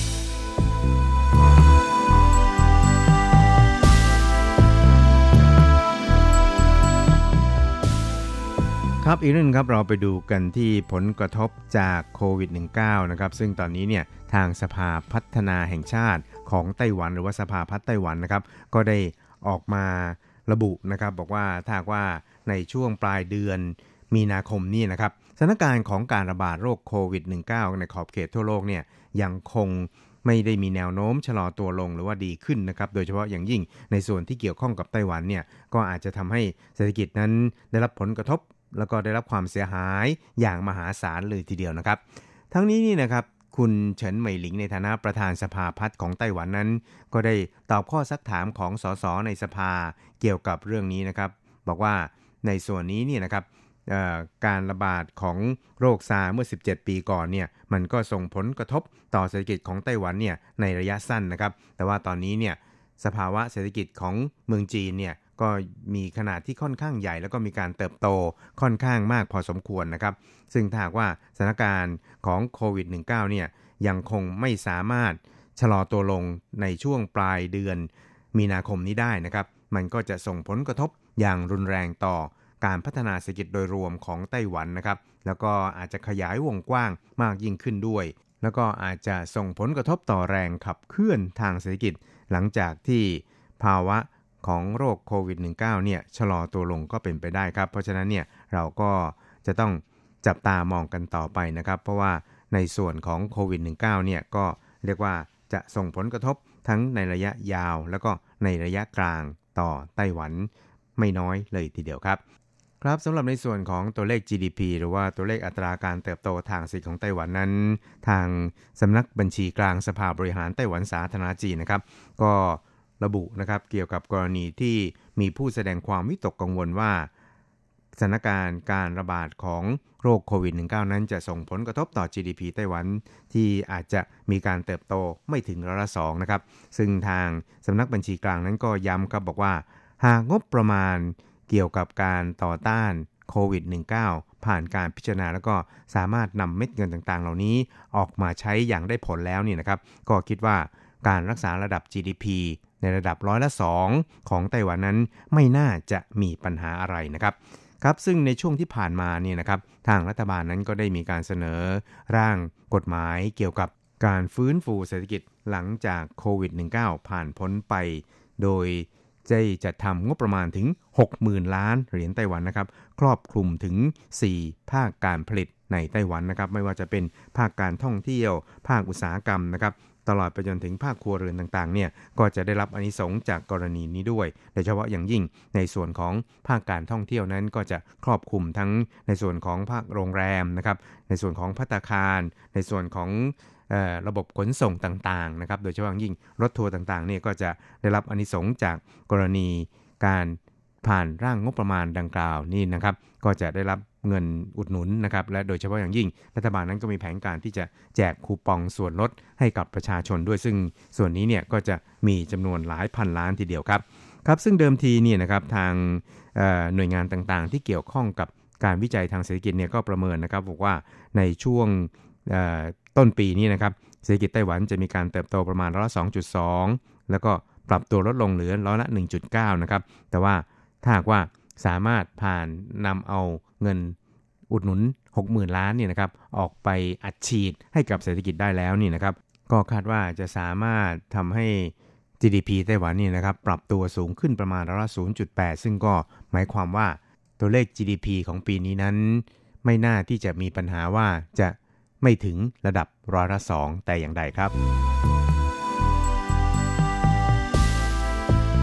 ครับอีกเรื่องครับเราไปดูกันที่ผลกระทบจากโควิด สิบเก้า นะครับซึ่งตอนนี้เนี่ยทางสภาพัฒนาแห่งชาติของไต้หวันหรือว่าสภาพัฒน์ไต้หวันนะครับก็ได้ออกมาระบุนะครับบอกว่าถ้าว่าในช่วงปลายเดือนมีนาคมนี้นะครับสถานการณ์ของการระบาดโรคโควิด สิบเก้า ในขอบเขตทั่วโลกเนี่ยยังคงไม่ได้มีแนวโน้มชะลอตัวลงหรือว่าดีขึ้นนะครับโดยเฉพาะอย่างยิ่งในส่วนที่เกี่ยวข้องกับไต้หวันเนี่ยก็อาจจะทำให้เศรษฐกิจนั้นได้รับผลกระทบแล้วก็ได้รับความเสียหายอย่างมหาศาลเลยทีเดียวนะครับทั้งนี้นี่นะครับคุณเฉินเหมยหลิงในฐานะประธานสภาพัฒน์ของไต้หวันนั้นก็ได้ตอบข้อซักถามของสสในสภาเกี่ยวกับเรื่องนี้นะครับบอกว่าในส่วนนี้เนี่ยนะครับการระบาดของโรคซาร์เมื่อสิบเจ็ดปีก่อนเนี่ยมันก็ส่งผลกระทบต่อเศรษฐกิจของไต้หวันเนี่ยในระยะสั้นนะครับแต่ว่าตอนนี้เนี่ยสภาวะเศรษฐกิจของเมืองจีนเนี่ยก็มีขนาดที่ค่อนข้างใหญ่แล้วก็มีการเติบโตค่อนข้างมากพอสมควรนะครับซึ่งถ้าหากว่าสถานการณ์ของโควิด สิบเก้า เนี่ยยังคงไม่สามารถชะลอตัวลงในช่วงปลายเดือนมีนาคมนี้ได้นะครับมันก็จะส่งผลกระทบอย่างรุนแรงต่อการพัฒนาเศรษฐกิจโดยรวมของไต้หวันนะครับแล้วก็อาจจะขยายวงกว้างมากยิ่งขึ้นด้วยแล้วก็อาจจะส่งผลกระทบต่อแรงขับเคลื่อนทางเศรษฐกิจหลังจากที่ภาวะของโรคโควิด สิบเก้า เนี่ยชะลอตัวลงก็เป็นไปได้ครับเพราะฉะนั้นเนี่ยเราก็จะต้องจับตามองกันต่อไปนะครับเพราะว่าในส่วนของโควิด สิบเก้า เนี่ยก็เรียกว่าจะส่งผลกระทบทั้งในระยะยาวแล้วก็ในระยะกลางต่อไต้หวันไม่น้อยเลยทีเดียวครับครับสำหรับในส่วนของตัวเลข จี ดี พี หรือว่าตัวเลขอัตราการเติบโตทางเศรษฐกิจของไต้หวันนั้นทางสำนักบัญชีกลางสภาบริหารไต้หวันสาธารณจีนนะครับก็ระบุนะครับเกี่ยวกับกรณีที่มีผู้แสดงความวิตกกังวลว่าสถานการณ์การระบาดของโรคโควิด สิบเก้า นั้นจะส่งผลกระทบต่อ จี ดี พี ไต้หวันที่อาจจะมีการเติบโตไม่ถึงร้อยละสองนะครับซึ่งทางสำนักบัญชีกลางนั้นก็ย้ำครับบอกว่าหากงบประมาณเกี่ยวกับการต่อต้านโควิด สิบเก้า ผ่านการพิจารณาแล้วก็สามารถนำเม็ดเงินต่างๆเหล่านี้ออกมาใช้อย่างได้ผลแล้วนี่นะครับก็คิดว่าการรักษาระดับ จี ดี พี ในระดับร้อยละสองของไต้หวันนั้นไม่น่าจะมีปัญหาอะไรนะครับครับซึ่งในช่วงที่ผ่านมาเนี่ยนะครับทางรัฐบาลนั้นก็ได้มีการเสนอร่างกฎหมายเกี่ยวกับการฟื้นฟูเศรษฐกิจหลังจากโควิด สิบเก้า ผ่านพ้นไปโดยจะจัดทำงบประมาณถึง หกหมื่น ล้านเหรียญไต้หวันนะครับครอบคลุมถึงสี่ภาคการผลิตในไต้หวันนะครับไม่ว่าจะเป็นภาคการท่องเที่ยวภาคอุตสาหกรรมนะครับตลอดไปจนถึงภาคครัวเรือนต่างๆเนี่ยก็จะได้รับอานิสงส์จากกรณีนี้ด้วยโดยเฉพาะอย่างยิ่งในส่วนของภาคการท่องเที่ยวนั้นก็จะครอบคลุมทั้งในส่วนของภาคโรงแรมนะครับในส่วนของภัตตาคารในส่วนของระบบขนส่งต่างๆนะครับโดยเฉพาะอย่างยิ่งรถทัวร์ต่างๆเนี่ยก็จะได้รับอานิสงส์จากกรณีการผ่านร่างงบประมาณดังกล่าวนี่นะครับก็จะได้รับเงินอุดหนุนนะครับและโดยเฉพาะอย่างยิ่งรัฐบาลนั้นก็มีแผนการที่จะแจกคูปองส่วนลดให้กับประชาชนด้วยซึ่งส่วนนี้เนี่ยก็จะมีจำนวนหลายพันล้านทีเดียวครับครับซึ่งเดิมทีเนี่ยนะครับทางหน่วยงานต่างๆที่เกี่ยวข้องกับการวิจัยทางเศรษฐกิจเนี่ยก็ประเมินนะครับบอกว่าในช่วงต้นปีนี้นะครับเศรษฐกิจไต้หวันจะมีการเติบโตประมาณร้อยละ สองจุดสอง แล้วก็ปรับตัวลดลงเหลือร้อยละ หนึ่งจุดเก้า นะครับแต่ว่าถ้าหากว่าสามารถผ่านนำเอาเงินอุดหนุน หกหมื่น ล้านเนี่ยนะครับออกไปอัดฉีดให้กับเศรษฐกิจได้แล้วนี่นะครับก็คาดว่าจะสามารถทำให้ จี ดี พี ไต้หวันนี่นะครับปรับตัวสูงขึ้นประมาณร้อยละ ศูนย์จุดแปด ซึ่งก็หมายความว่าตัวเลข จี ดี พี ของปีนี้นั้นไม่น่าที่จะมีปัญหาว่าจะไม่ถึงระดับร้อยละสองแต่อย่างใดครับ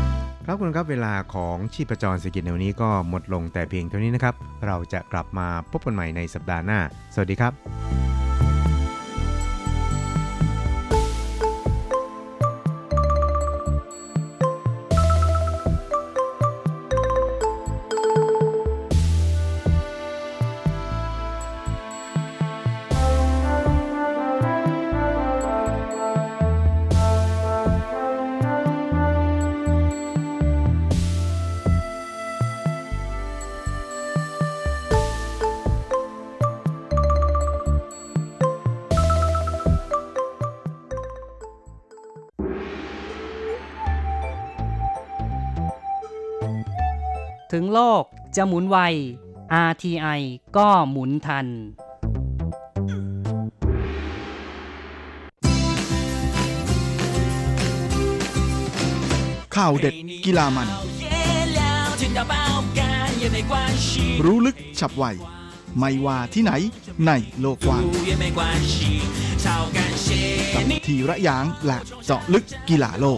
ครับคุณครับเวลาของชีพจรเศรษฐกิจในวันนี้ก็หมดลงแต่เพียงเท่านี้นะครับเราจะกลับมาพบกันใหม่ในสัปดาห์หน้าสวัสดีครับถึงโลกจะหมุนไว อาร์ ที ไอ ก็หมุนทันข่าวเด็ดกีฬามันรู้ลึกฉับไวไม่ว่าที่ไหนในโลกกว้างกับทีระยางและเจาะลึกกีฬาโลก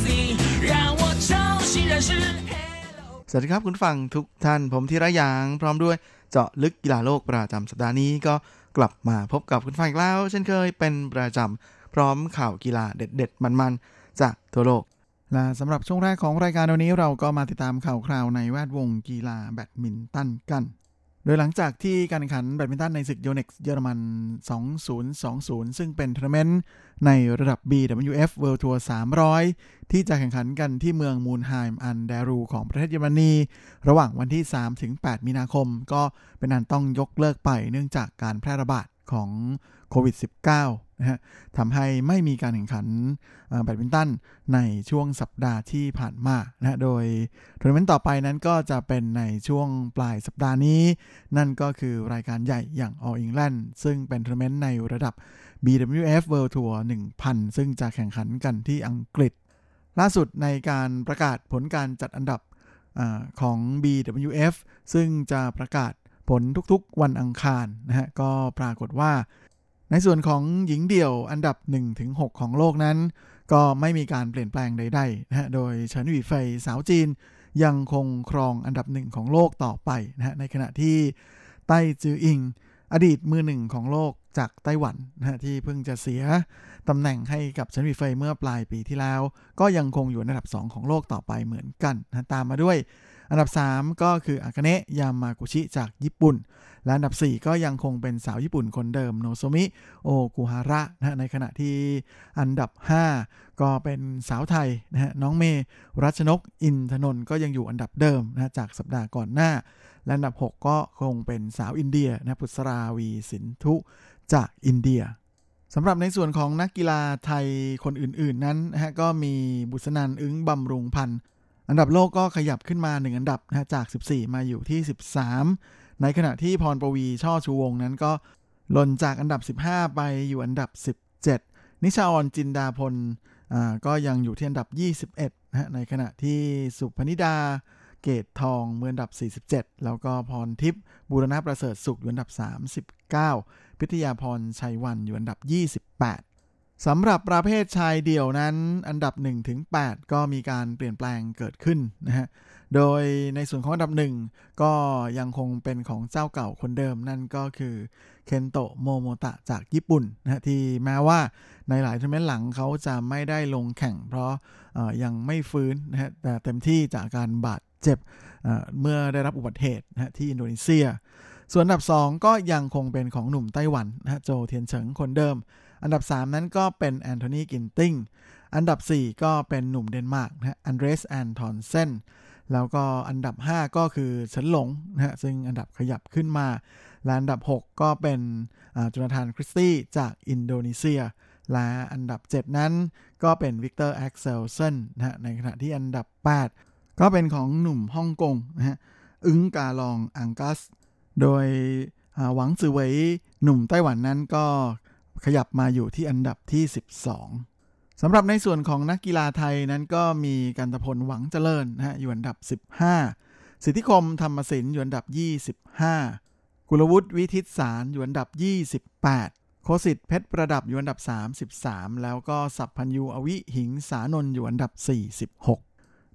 สวัสดีครับคุณฟังทุกท่านผมธีระยางพร้อมด้วยเจาะลึกกีฬาโลกประจำสัปดาห์นี้ก็กลับมาพบกับคุณฟังอีกแล้วเช่นเคยเป็นประจำพร้อมข่าวกีฬาเด็ดๆมันๆจากทั่วโลกและสำหรับช่วงแรกของรายการวันนี้เราก็มาติดตามข่าวคราวในแวดวงกีฬาแบดมินตันกันโดยหลังจากที่การแข่งขันแบดมินตันในศึก Yonex เยอรมัน สองพันยี่สิบ ซึ่งเป็นทัวร์นาเมนต์ในระดับ บี ดับเบิลยู เอฟ World Tour สามร้อยที่จะแข่งขันกันที่เมืองมูลไฮม์อันเดรูของประเทศเยอรมนีระหว่างวันที่ สามถึงแปด มีนาคมก็เป็นอันต้องยกเลิกไปเนื่องจากการแพร่ระบาดของโควิด สิบเก้า นะฮะทำให้ไม่มีการแข่งขันแบดมินตันในช่วงสัปดาห์ที่ผ่านมานะฮะโดยทัวร์นาเมนต์ต่อไปนั้นก็จะเป็นในช่วงปลายสัปดาห์นี้นั่นก็คือรายการใหญ่อย่าง All England ซึ่งเป็นทัวร์นาเมนต์ในระดับ บี ดับเบิลยู เอฟ World Tour หนึ่งพัน ซึ่งจะแข่งขันกันที่อังกฤษล่าสุดในการประกาศผลการจัดอันดับอาของ บี ดับเบิลยู เอฟ ซึ่งจะประกาศผลทุกๆวันอังคารนะฮะก็ปรากฏว่าในส่วนของหญิงเดี่ยวอันดับ หนึ่งถึงหก ของโลกนั้นก็ไม่มีการเปลี่ยนแปลงใดๆนะฮะโดยเฉินหวี่เฟยสาวจีนยังคงครองอันดับหนึ่งของโลกต่อไปนะฮะในขณะที่ไต้จืออิงอดีตมือหนึ่งของโลกจากไต้หวันนะฮะที่เพิ่งจะเสียตำแหน่งให้กับเฉินหวี่เฟยเมื่อปลายปีที่แล้วก็ยังคงอยู่อันดับสองของโลกต่อไปเหมือนกันนะตามมาด้วยอันดับสามก็คืออากาเนะยามากุชิจากญี่ปุ่นและอันดับสี่ก็ยังคงเป็นสาวญี่ปุ่นคนเดิมโนโซมิโอกุฮาระนะในขณะที่อันดับห้าก็เป็นสาวไทยนะฮะน้องเมรัชนกอินทนนท์ก็ยังอยู่อันดับเดิมนะจากสัปดาห์ก่อนหน้าและอันดับหกก็คงเป็นสาวอินเดียนะพุทธราวีสินธุจากอินเดียสำหรับในส่วนของนักกีฬาไทยคนอื่นๆนั้นนะฮะก็มีบุษนันท์อึ้งบำรุงพันธ์อันดับโลกก็ขยับขึ้นมาหนึ่งอันดับนะจากสิบสี่มาอยู่ที่สิบสามในขณะที่พรปวีช่อชูวงนั้นก็หล่นจากอันดับสิบห้าไปอยู่อันดับสิบเจ็ดนิชาออนจินดาพลอ่าก็ยังอยู่ที่อันดับยี่สิบเอ็ดนะในขณะที่สุพนิดาเกตทองมืออันดับสี่สิบเจ็ดแล้วก็พรทิพย์บูรณประเสริฐสุขอยู่อันดับสามสิบเก้าพิทยาพรชัยวันอยู่อันดับยี่สิบแปดสำหรับประเภทชายเดี่ยวนั้นอันดับ หนึ่งถึงแปด ก็มีการเปลี่ยนแปลงเกิดขึ้นนะฮะโดยในส่วนของอันดับหนึ่งก็ยังคงเป็นของเจ้าเก่าคนเดิมนั่นก็คือเคนโตะโมโมตะจากญี่ปุ่นนะฮะที่แม้ว่าในหลายทัวร์นาเมนต์หลังเขาจะไม่ได้ลงแข่งเพราะยังไม่ฟื้นนะฮะแต่เต็มที่จากการบาดเจ็บเมื่อได้รับอุบัติเหตุนะฮะที่อินโดนีเซียส่วนอันดับสองก็ยังคงเป็นของหนุ่มไต้หวันนะฮะโจเทียนเฉิงคนเดิมอันดับสามนั้นก็เป็นแอนโทนีกินติ้งอันดับสี่ก็เป็นหนุ่มเดนมาร์กนะฮะอันเดรสแอนทอนเซนแล้วก็อันดับห้าก็คือเฉินหลงนะฮะซึ่งอันดับขยับขึ้นมาและอันดับหกก็เป็นโจนาธานคริสตี้จากอินโดนีเซียและอันดับเจ็ดนั้นก็เป็นวิกเตอร์แอ็กเซลเซนนะฮะในขณะที่อันดับแปดก็เป็นของหนุ่มฮ่องกงนะฮะอึ้งกาลองอังกัสโดยหวังซือเหวยหนุ่มไต้หวันนั้นก็ขยับมาอยู่ที่อันดับที่สิบสองสำหรับในส่วนของนักกีฬาไทยนั้นก็มีกันตพลหวังเจริญนะฮะอยู่อันดับสิบห้าสิทธิคมธรรมศิลป์อยู่อันดับยี่สิบห้ากุลวุฒิวิทิตสารอยู่อันดับยี่สิบแปดโคสิทธิ์เพชรประดับอยู่อันดับสามสิบสามแล้วก็สัพพัญญูอวิหิงสานนท์อยู่อันดับสี่สิบหก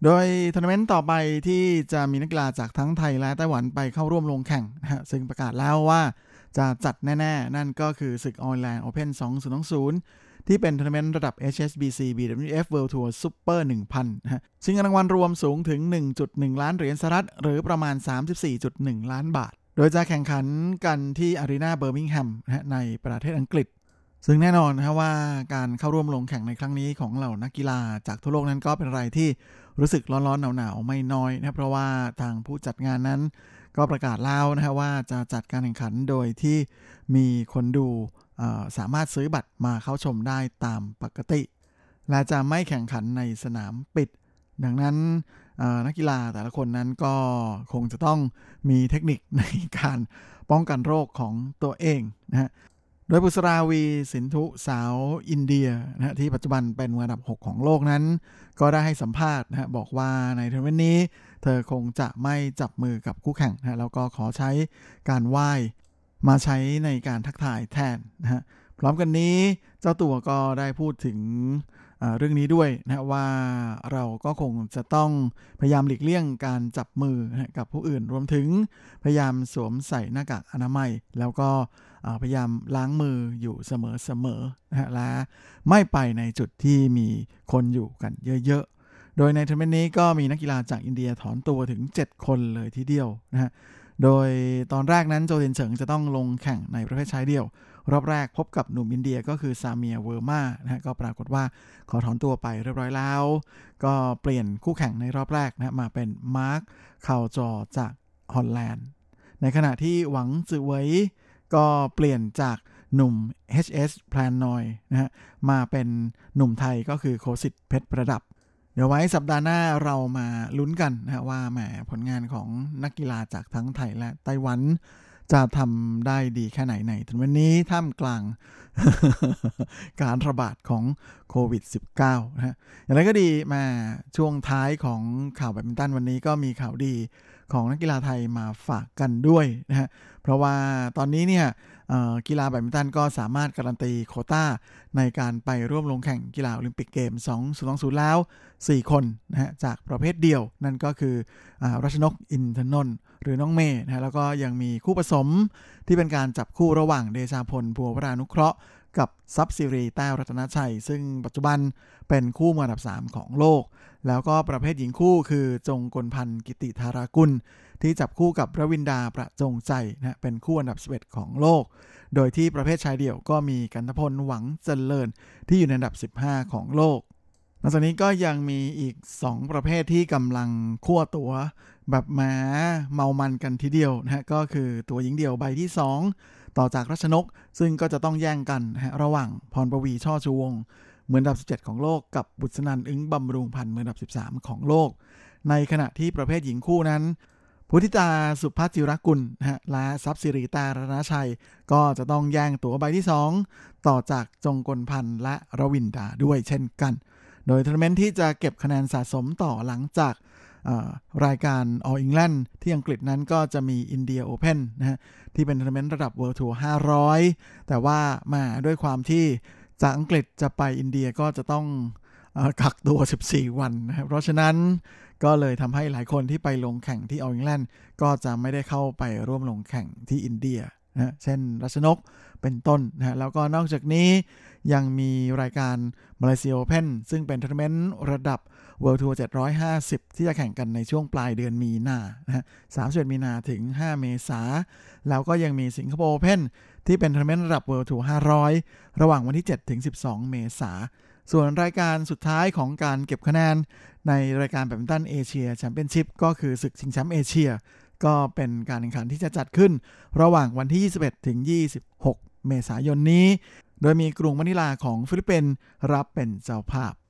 โดยทัวร์นาเมนต์ต่อไปที่จะมีนักกีฬาจากทั้งไทยและไต้หวันไปเข้าร่วมลงแข่งนะฮะซึ่งประกาศแล้วว่าจะจัดแน่ๆนั่นก็คือศึก All-England Open สองพันยี่สิบที่เป็นทัวร์นาเมนต์ระดับ เอช เอส บี ซี บี ดับเบิลยู เอฟ World Tour Super หนึ่งพัน นะฮะซึ่งเงินรางวัลรวมสูงถึง หนึ่งจุดหนึ่ง ล้านเหรียญสหรัฐหรือประมาณ สามสิบสี่จุดหนึ่ง ล้านบาทโดยจะแข่งขันกันที่อารีนาเบอร์มิงแฮมนะฮะในประเทศอังกฤษซึ่งแน่นอนนะว่าการเข้าร่วมลงแข่งในครั้งนี้ของเหล่านักกีฬาจากทั่วโลกนั้นก็เป็นอะไรที่รู้สึกร้อนๆหนาวๆไม่น้อยนะเพราะว่าทางผู้จัดงานนั้นก็ประกาศแล้วนะฮะว่าจะจัดการแข่งขันโดยที่มีคนดูสามารถซื้อบัตรมาเข้าชมได้ตามปกติและจะไม่แข่งขันในสนามปิดดังนั้นนักกีฬาแต่ละคนนั้นก็คงจะต้องมีเทคนิคในการป้องกันโรคของตัวเองนะฮะโดยบุษราวีสินธุสาวอินเดียนะฮะที่ปัจจุบันเป็นมืออันดับหกของโลกนั้นก็ได้ให้สัมภาษณ์นะฮะบอกว่าในทัวร์นาเมนต์นี้เธอคงจะไม่จับมือกับคู่แข่งนะฮะแล้วก็ขอใช้การไหว้มาใช้ในการทักทายแทนนะฮะพร้อมกันนี้เจ้าตัวก็ได้พูดถึงเรื่องนี้ด้วยนะว่าเราก็คงจะต้องพยายามหลีกเลี่ยงการจับมือนะกับผู้อื่นรวมถึงพยายามสวมใส่หน้ากากอนามัยแล้วก็พยายามล้างมืออยู่เสมอๆนะฮะและไม่ไปในจุดที่มีคนอยู่กันเยอะๆโดยในทัวร์นาเมนต์นี้ก็มีนักกีฬาจากอินเดียถอนตัวถึงเจ็ดคนเลยทีเดียวนะฮะโดยตอนแรกนั้นโจเทียนเฉิงจะต้องลงแข่งในประเภทชายเดี่ยวรอบแรกพบกับหนุ่มอินเดียก็คือซาเมียเวอร์มานะฮะก็ปรากฏว่าขอถอนตัวไปเรียบร้อยแล้วก็เปลี่ยนคู่แข่งในรอบแรกนะมาเป็นมาร์คคาวจอจากฮอลแลนด์ในขณะที่หวังจือเหวยก็เปลี่ยนจากหนุ่ม เอช เอส แพลนนอยนะฮะมาเป็นหนุ่มไทยก็คือโคสิทธิ์เพชรประดับเดี๋ยวไว้สัปดาห์หน้าเรามาลุ้นกันนะว่าแหมผลงานของนักกีฬาจากทั้งไทยและไต้หวันจะทำได้ดีแค่ไหนในวันนี้ท่ามกลาง การระบาดของโควิด สิบเก้า นะฮะอย่างไรก็ดีมาช่วงท้ายของข่าวแบดมินตันวันนี้ก็มีข่าวดีของนักกีฬาไทยมาฝากกันด้วยนะฮะเพราะว่าตอนนี้เนี่ยกีฬาแบดมินตันก็สามารถการันตีโควต้าในการไปร่วมลงแข่งกีฬาโอลิมปิกเกมสองพันยี่สิบแล้วสี่คนนะฮะจากประเภทเดี่ยวนั่นก็คือรัชนกอินทนนท์หรือน้องเมย์นะแล้วก็ยังมีคู่ผสมที่เป็นการจับคู่ระหว่างเดชาพลภัววรานุเคราะห์กับซับซิรีแต้วรัตนชัยซึ่งปัจจุบันเป็นคู่มืออันดับสามของโลกแล้วก็ประเภทหญิงคู่คือจงกลพันธ์กิติธารากุลที่จับคู่กับรวินดาประจงใจนะเป็นคู่อันดับสิบเอ็ดของโลกโดยที่ประเภทชายเดี่ยวก็มีกันทพลหวังเจริญที่อยู่ในอันดับสิบห้าของโลกนอกจากนี้ก็ยังมีอีกสองประเภทที่กำลังคั่วตั๋วแบบแหมเมามันกันทีเดียวนะฮะก็คือตั๋วหญิงเดี่ยวใบที่สองต่อจากรัชนกซึ่งก็จะต้องแย่งกันนะฮะระหว่างพรปวีช่อชูวงศ์มืออันดับสิบเจ็ดของโลกกับบุษนันท์อึ้งบำรุงพันธ์มืออันดับสิบสามของโลกในขณะที่ประเภทหญิงคู่นั้นพุทธิตาสุภาจิรกุลนะฮะและทรัพย์สิริตารัตนชัยก็จะต้องแย่งตั๋วใบที่สองต่อจากจงกลพันธ์และรวินดาด้วยเช่นกันโดยทัวร์นาเมนต์ที่จะเก็บคะแนนสะสมต่อหลังจากรายการ All England ที่อังกฤษนั้นก็จะมี India Open นะฮะที่เป็นทัวร์นาเมนต์ระดับ World Tour ห้าร้อยแต่ว่ามาด้วยความที่จากอังกฤษจะไปอินเดียก็จะต้องเอ่อกักตัวสิบสี่วันนะครับเพราะฉะนั้นก็เลยทำให้หลายคนที่ไปลงแข่งที่ All England ก็จะไม่ได้เข้าไปร่วมลงแข่งที่อินเดียนะเช่นรัชนกเป็นต้นนะฮะแล้วก็นอกจากนี้ยังมีรายการมาเลเซียโอเพ่นซึ่งเป็นทัวร์นาเมนต์ระดับ World Tour เจ็ดร้อยห้าสิบที่จะแข่งกันในช่วงปลายเดือนมีนานะฮะสามสิบเอ็ดมีนาถึงห้าเมษาแล้วก็ยังมีสิงคโปร์โอเพ่นที่เป็นทัวร์นาเมนต์ระดับ World Tour ห้าร้อยระหว่างวันที่เจ็ดถึงสิบสองเมษาส่วนรายการสุดท้ายของการเก็บคะแนนในรายการแบดมินตันเอเชียแชมเปี้ยนชิพก็คือศึกชิงแชมป์เอเชียก็เป็นการแข่งขันที่จะจัดขึ้นระหว่างวันที่ยี่สิบเอ็ดถึงยี่สิบหกเมษายนนี้โดยมีกรุงมะนิลาของฟิลิปปินส์รับเป็นเจ้าภาพ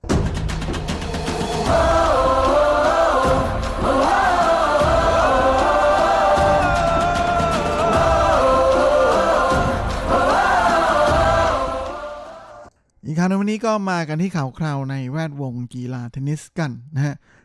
อีกคราวในวันนี้ก็มากันที่ข่าวคราวในแวดวงกีฬาเทนนิสกันนะฮะ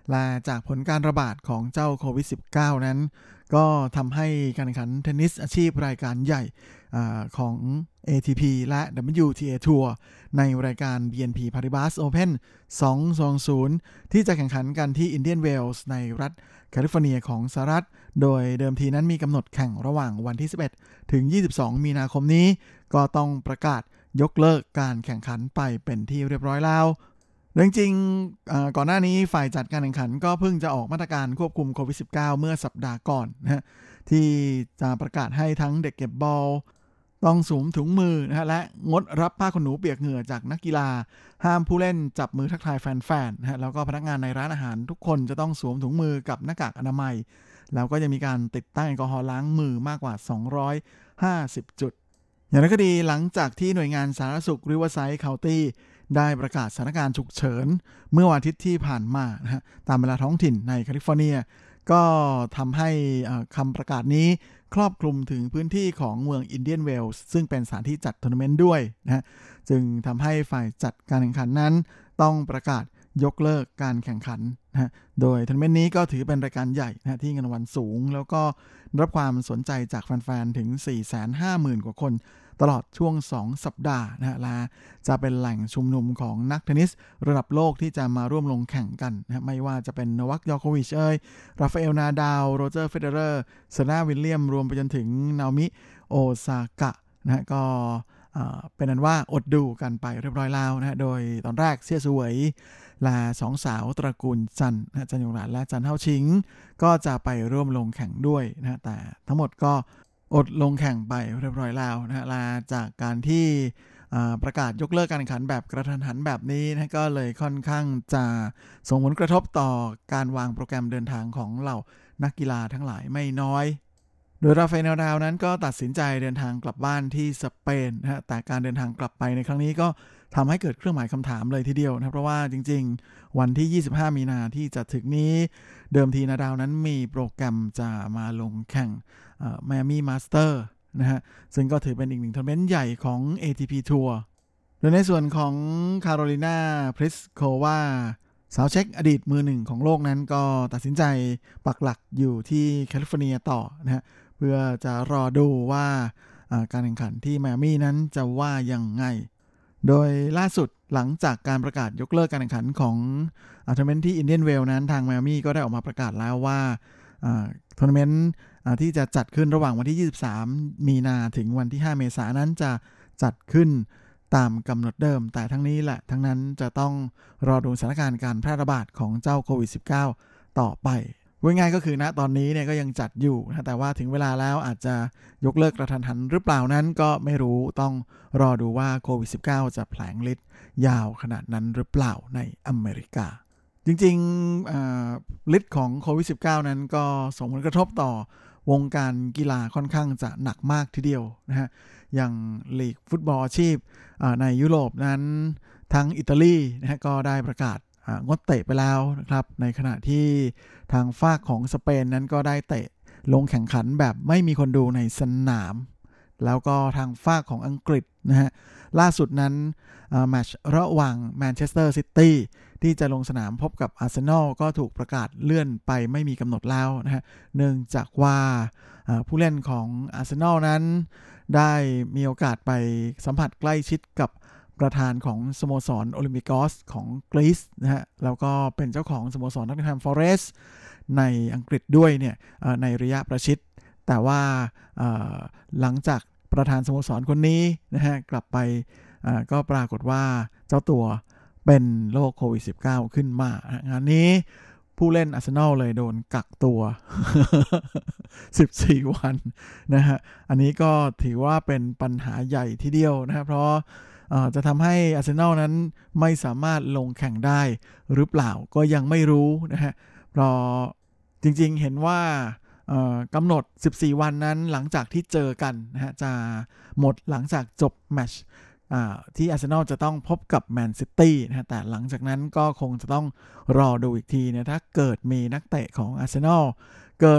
และจากผลการระบาดของเจ้าโควิด สิบเก้า นั้นก็ทำให้การแข่งขันเทนนิสอาชีพรายการใหญ่ของ เอ ที พี และ ดับเบิลยู ที เอ Tour ในรายการ บี เอ็น พี Paribas Open สองพันยี่สิบที่จะแข่งขันกันที่อินเดียนเวลส์ในรัฐแคลิฟอร์เนียของสหรัฐโดยเดิมทีนั้นมีกำหนดแข่งระหว่างวันที่สิบเอ็ดถึงยี่สิบสองมีนาคมนี้ก็ต้องประกาศยกเลิกการแข่งขันไปเป็นที่เรียบร้อยแล้วจริงๆก่อนหน้านี้ฝ่ายจัดการแข่งขันก็เพิ่งจะออกมาตรการควบคุมโควิด สิบเก้า เมื่อสัปดาห์ก่อนนะฮะที่จะประกาศให้ทั้งเด็กเก็บบอลต้องสวมถุงมือนะฮะและงดรับผ้าขนหนูเปียกเหงื่อจากนักกีฬาห้ามผู้เล่นจับมือทักทายแฟนๆนะฮะแล้วก็พนักงานในร้านอาหารทุกคนจะต้องสวมถุงมือกับหน้ากากอนามัยแล้วก็ยังมีการติดตั้งแอลกอฮอล์ล้างมือมากกว่าสองร้อยห้าสิบจุดอย่างไรก็ดีหลังจากที่หน่วยงานสาธารณสุข Riverside County ได้ประกาศสถานการณ์ฉุกเฉินเมื่อวันอาทิตย์ที่ผ่านมานะฮะตามเวลาท้องถิ่นในแคลิฟอร์เนียก็ทำให้คำประกาศนี้ครอบคลุมถึงพื้นที่ของเมืองอินเดียนเวลส์ซึ่งเป็นสถานที่จัดทัวร์นาเมนต์ด้วยนะฮะจึงทำให้ฝ่ายจัดการแข่งขันนั้นต้องประกาศยกเลิกการแข่งขันนะฮะโดยทัวร์นาเมนต์นี้ก็ถือเป็นรายการใหญ่นะที่เงินรางวัลสูงแล้วก็รับความสนใจจากแฟนๆถึง สี่แสนห้าหมื่น กว่าคนตลอดช่วงสองสัปดาห์นะฮะและจะเป็นแหล่งชุมนุมของนักเทนนิสระดับโลกที่จะมาร่วมลงแข่งกันนะไม่ว่าจะเป็นโนวัค ยอโควิชเอ้ยราฟาเอล นาดาล โรเจอร์ เฟเดเรอร์ เซรีนา วิลเลียมรวมไปจนถึงนาโอมิ โอซากะนะฮะก็เป็นนั้นว่าอดดูกันไปเรียบร้อยแล้วนะฮะโดยตอนแรกเซี่ยซือเหวยและสองสาวตระกูลจันนะจันยงหลานและจันเฮาชิงก็จะไปร่วมลงแข่งด้วยนะแต่ทั้งหมดก็อดลงแข่งไปเรียบร้อยแล้วนะฮะลาจากการที่ประกาศยกเลิกการแข่งขันแบบกระทันหันแบบนี้นะก็เลยค่อนข้างจะส่งผลกระทบต่อการวางโปรแกรมเดินทางของเหล่านักกีฬาทั้งหลายไม่น้อยโดยราฟาเอล นาดาลนั้นก็ตัดสินใจเดินทางกลับบ้านที่สเปนนะฮะแต่การเดินทางกลับไปในครั้งนี้ก็ทำให้เกิดเครื่องหมายคำถามเลยทีเดียวนะเพราะว่าจริงๆวันที่ยี่สิบห้ามีนาที่จะถึงนี้เดิมทีนาดาลนั้นมีโปรแกรมจะมาลงแข่งไมอามี่มาสเตอร์นะฮะซึ่งก็ถือเป็นอีกหนึ่งทัวร์นาเมนต์ใหญ่ของ เอ ที พี ทัวร์โดยในส่วนของคาโรลินาพริสโควาสาวเช็กอดีตมือหนึ่งของโลกนั้นก็ตัดสินใจปักหลักอยู่ที่แคลิฟอร์เนียต่อนะฮะเพื่อจะรอดูว่าการแข่งขันที่ไมอามี่นั้นจะว่ายังไงโดยล่าสุดหลังจากการประกาศยกเลิกการแข่งขันของทัวร์นาเมนต์ที่อินเดียนเวลนั้นทางไมอามี่ก็ได้ออกมาประกาศแล้วว่าทัวร์นาเมนต์ที่จะจัดขึ้นระหว่างวันที่ยี่สิบสามมีนาถึงวันที่ห้าเมษายนนั้นจะจัดขึ้นตามกำหนดเดิมแต่ทั้งนี้แหละทั้งนั้นจะต้องรอดูสถานการณ์การแพร่ระบาดของเจ้าโควิด สิบเก้า ต่อไปว่าง่ายก็คือณตอนนี้เนี่ยก็ยังจัดอยู่นะแต่ว่าถึงเวลาแล้วอาจจะยกเลิกกระทันหันหรือเปล่านั้นก็ไม่รู้ต้องรอดูว่าโควิด สิบเก้า จะแผลงฤทธิ์ยาวขนาดนั้นหรือเปล่าในอเมริกาจริงๆฤทธิ์ของโควิด สิบเก้า นั้นก็ส่งผลกระทบต่อวงการกีฬาค่อนข้างจะหนักมากทีเดียวนะฮะอย่างลีกฟุตบอลอาชีพในยุโรปนั้นทั้งอิตาลีนะฮะก็ได้ประกาศงดเตะไปแล้วนะครับในขณะที่ทางฝั่งของสเปนนั้นก็ได้เตะลงแข่งขันแบบไม่มีคนดูในสนามแล้วก็ทางฝั่งของอังกฤษนะฮะล่าสุดนั้นแมตช์ระหว่างแมนเชสเตอร์ซิตี้ที่จะลงสนามพบกับอาร์เซนอลก็ถูกประกาศเลื่อนไปไม่มีกำหนดแล้วนะฮะเนื่องจากว่าผู้เล่นของอาร์เซนอลนั้นได้มีโอกาสไปสัมผัสใกล้ชิดกับประธานของสโมสรโอลิมปิกอสของกรีซนะฮะแล้วก็เป็นเจ้าของสโมสรนอตติงแฮมฟอเรสต์ในอังกฤษด้วยเนี่ยในระยะประชิดแต่ว่าหลังจากประธานสโมสรคนนี้นะฮะกลับไปก็ปรากฏว่าเจ้าตัวเป็นโรคโควิด สิบเก้า ขึ้นมางานนี้ผู้เล่นอาร์เซนอลเลยโดนกักตัว สิบสี่ วันนะฮะอันนี้ก็ถือว่าเป็นปัญหาใหญ่ทีเดียวนะครับเพราะจะทำให้อาร์เซนอลนั้นไม่สามารถลงแข่งได้หรือเปล่าก็ยังไม่รู้นะฮะเพราะจริงๆเห็นว่ากำหนดสิบสี่วันนั้นหลังจากที่เจอกันนะฮะจะหมดหลังจากจบแมตช์ที่อาร์เซนอลจะต้องพบกับแมนซิตี้นะฮะแต่หลังจากนั้นก็คงจะต้องรอดูอีกทีเนี่ยถ้าเกิดมีนักเตะของอาร์เซนอลเกิด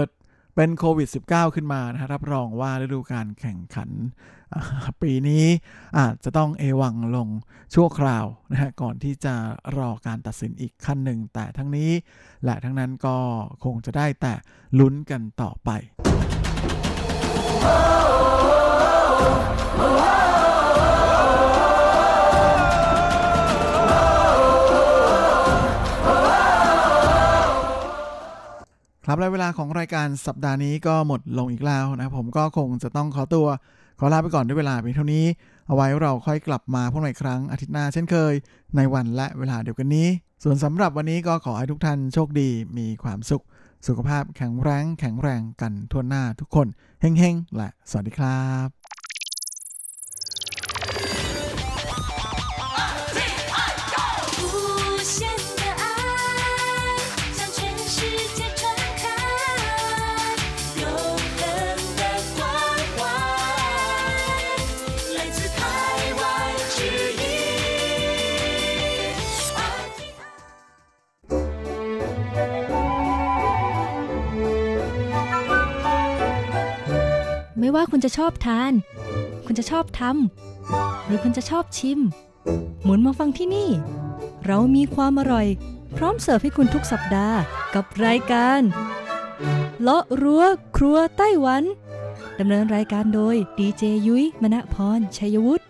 เป็นโควิด สิบเก้า ขึ้นมานะรับรองว่าฤดูกาลแข่งขันปีนี้อาจจะต้องเอวังลงชั่วคราวนะฮะก่อนที่จะรอการตัดสินอีกขั้นหนึ่งแต่ทั้งนี้และทั้งนั้นก็คงจะได้แต่ลุ้นกันต่อไปครับและเวลาของรายการสัปดาห์นี้ก็หมดลงอีกแล้วนะผมก็คงจะต้องขอตัวขอลาไปก่อนด้วยเวลาเพียงเท่านี้เอาไว้เราค่อยกลับมาพบกันอีกครั้งอาทิตย์หน้าเช่นเคยในวันและเวลาเดียวกันนี้ส่วนสำหรับวันนี้ก็ขอให้ทุกท่านโชคดีมีความสุขสุขภาพแข็งแรงแข็งแรงกันทั่วหน้าทุกคนเฮ้งๆและสวัสดีครับไม่ว่าคุณจะชอบทานคุณจะชอบทำหรือคุณจะชอบชิมหมุนมาฟังที่นี่เรามีความอร่อยพร้อมเสิร์ฟให้คุณทุกสัปดาห์กับรายการเลาะรั้วครัวไต้หวันดำเนินรายการโดยดีเจยุ้ยมณพรชัยวุฒิ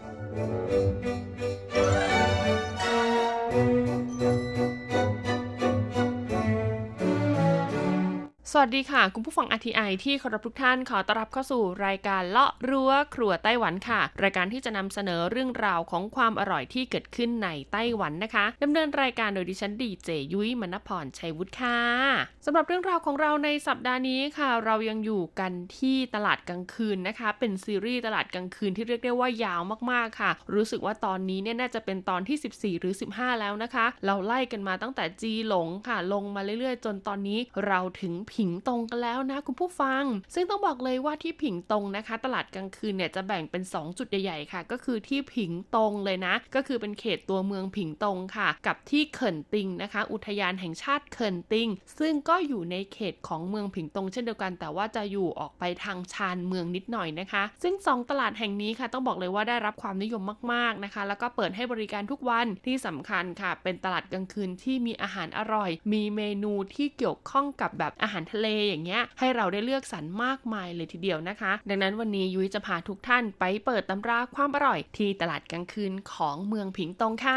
สวัสดีค่ะคุณผู้ฟัง อาร์ ที ไอ ที่เคารพทุกท่านขอต้อนรับเข้าสู่รายการเลาะรั้วครัวไต้หวันค่ะรายการที่จะนำเสนอเรื่องราวของความอร่อยที่เกิดขึ้นในไต้หวันนะคะดำเนินรายการโดยดิฉันดีเจยุ้ยมณพรชัยวุฒิค่ะสำหรับเรื่องราวของเราในสัปดาห์นี้ค่ะเรายังอยู่กันที่ตลาดกลางคืนนะคะเป็นซีรีส์ตลาดกลางคืนที่เรียกได้ว่ายาวมากๆค่ะรู้สึกว่าตอนนี้เนี่ยน่าจะเป็นตอนที่สิบสี่หรือสิบห้าแล้วนะคะเราไล่กันมาตั้งแต่จีหลงค่ะลงมาเรื่อยๆจนตอนนี้เราถึงผิงตงกันแล้วนะคุณผู้ฟังซึ่งต้องบอกเลยว่าที่ผิงตงนะคะตลาดกลางคืนเนี่ยจะแบ่งเป็นสองจุดใหญ่ๆค่ะก็คือที่ผิงตงเลยนะก็คือเป็นเขตตัวเมืองผิงตงค่ะกับที่เขินติงนะคะอุทยานแห่งชาติเขินติงซึ่งก็อยู่ในเขตของเมืองผิงตงเช่นเดียวกันแต่ว่าจะอยู่ออกไปทางชานเมืองนิดหน่อยนะคะซึ่งสองตลาดแห่งนี้ค่ะต้องบอกเลยว่าได้รับความนิยมมากๆนะคะแล้วก็เปิดให้บริการทุกวันที่สำคัญค่ะเป็นตลาดกลางคืนที่มีอาหารอร่อยมีเมนูที่เกี่ยวข้องกับแบบอาหารทะเลอย่างเงี้ยให้เราได้เลือกสรรมากมายเลยทีเดียวนะคะดังนั้นวันนี้ยุ้ยจะพาทุกท่านไปเปิดตำราความอร่อยที่ตลาดกลางคืนของเมืองผิงตงค่ะ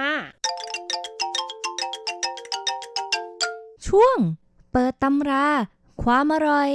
ช่วงเปิดตำราความอร่อย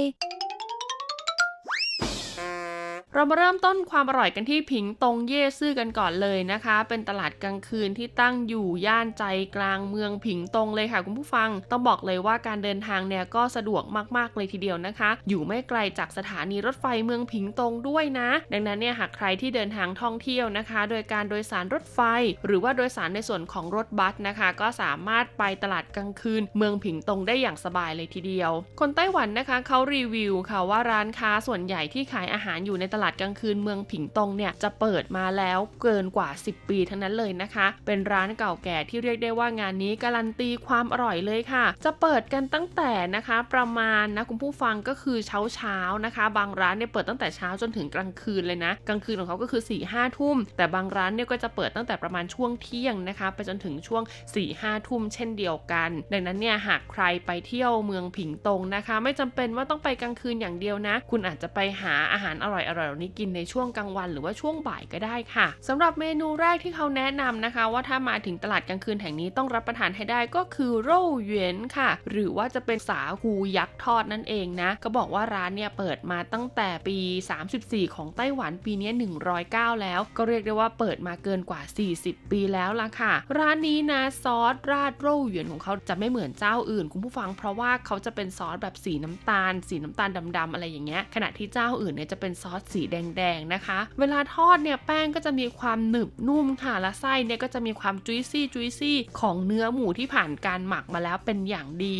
เรามาเริ่มต้นความอร่อยกันที่ผิงตงเย่ซื่อกันก่อนเลยนะคะเป็นตลาดกลางคืนที่ตั้งอยู่ย่านใจกลางเมืองผิงตงเลยค่ะคุณผู้ฟังต้องบอกเลยว่าการเดินทางเนี่ยก็สะดวกมากๆเลยทีเดียวนะคะอยู่ไม่ไกลจากสถานีรถไฟเมืองผิงตงด้วยนะดังนั้นเนี่ยหากใครที่เดินทางท่องเที่ยวนะคะโดยการโดยสารรถไฟหรือว่าโดยสารในส่วนของรถบัสนะคะก็สามารถไปตลาดกลางคืนเมืองผิงตงได้อย่างสบายเลยทีเดียวคนไต้หวันนะคะเขารีวิวค่ะว่าร้านค้าส่วนใหญ่ที่ขายอาหารอยู่ในตลาดกลางคืนเมืองผิงตงเนี่ยจะเปิดมาแล้วเกินกว่าสิบปีทั้งนั้นเลยนะคะเป็นร้านเก่าแก่ที่เรียกได้ว่างานนี้การันตีความอร่อยเลยค่ะจะเปิดกันตั้งแต่นะคะประมาณนะคุณผู้ฟังก็คือเช้าเช้านะคะบางร้านเนี่ยเปิดตั้งแต่เช้าจนถึงกลางคืนเลยนะกลางคืนของเขาก็คือ สี่ห้า ทุ่มแต่บางร้านเนี่ยก็จะเปิดตั้งแต่ประมาณช่วงเที่ยงนะคะไปจนถึงช่วง สี่ห้า ทุ่มเช่นเดียวกันดังนั้นเนี่ยหากใครไปเที่ยวเมืองผิงตงนะคะไม่จำเป็นว่าต้องไปกลางคืนอย่างเดียวนะคุณอาจจะไปหาอาหารอร่อยๆเหล่านี้กินในช่วงกลางวันหรือว่าช่วงบ่ายก็ได้ค่ะสำหรับเมนูแรกที่เขาแนะนำนะคะว่าถ้ามาถึงตลาดกลางคืนแห่งนี้ต้องรับประทานให้ได้ก็คือโร่เหวียนค่ะหรือว่าจะเป็นสาคูยักษ์ทอดนั่นเองนะก็บอกว่าร้านเนี่ยเปิดมาตั้งแต่ปีสามสิบสี่ของไต้หวันปีนี้หนึ่งร้อยเก้าแล้วก็เรียกได้ว่าเปิดมาเกินกว่าสี่สิบปีแล้วล่ะค่ะร้านนี้นะซอสราดโร่เหวียนของเขาจะไม่เหมือนเจ้าอื่นคุณผู้ฟังเพราะว่าเขาจะเป็นซอสแบบสีน้ำตาลสีน้ำตาลดำๆอะไรอย่างเงี้ยขณะที่เจ้าอื่นเนี่ยจะเป็นซอสสีแดงๆนะคะเวลาทอดเนี่ยแป้งก็จะมีความหนึบนุ่มค่ะและไส้เนี่ยก็จะมีความจุยซี่จุยซี่ของเนื้อหมูที่ผ่านการหมักมาแล้วเป็นอย่างดี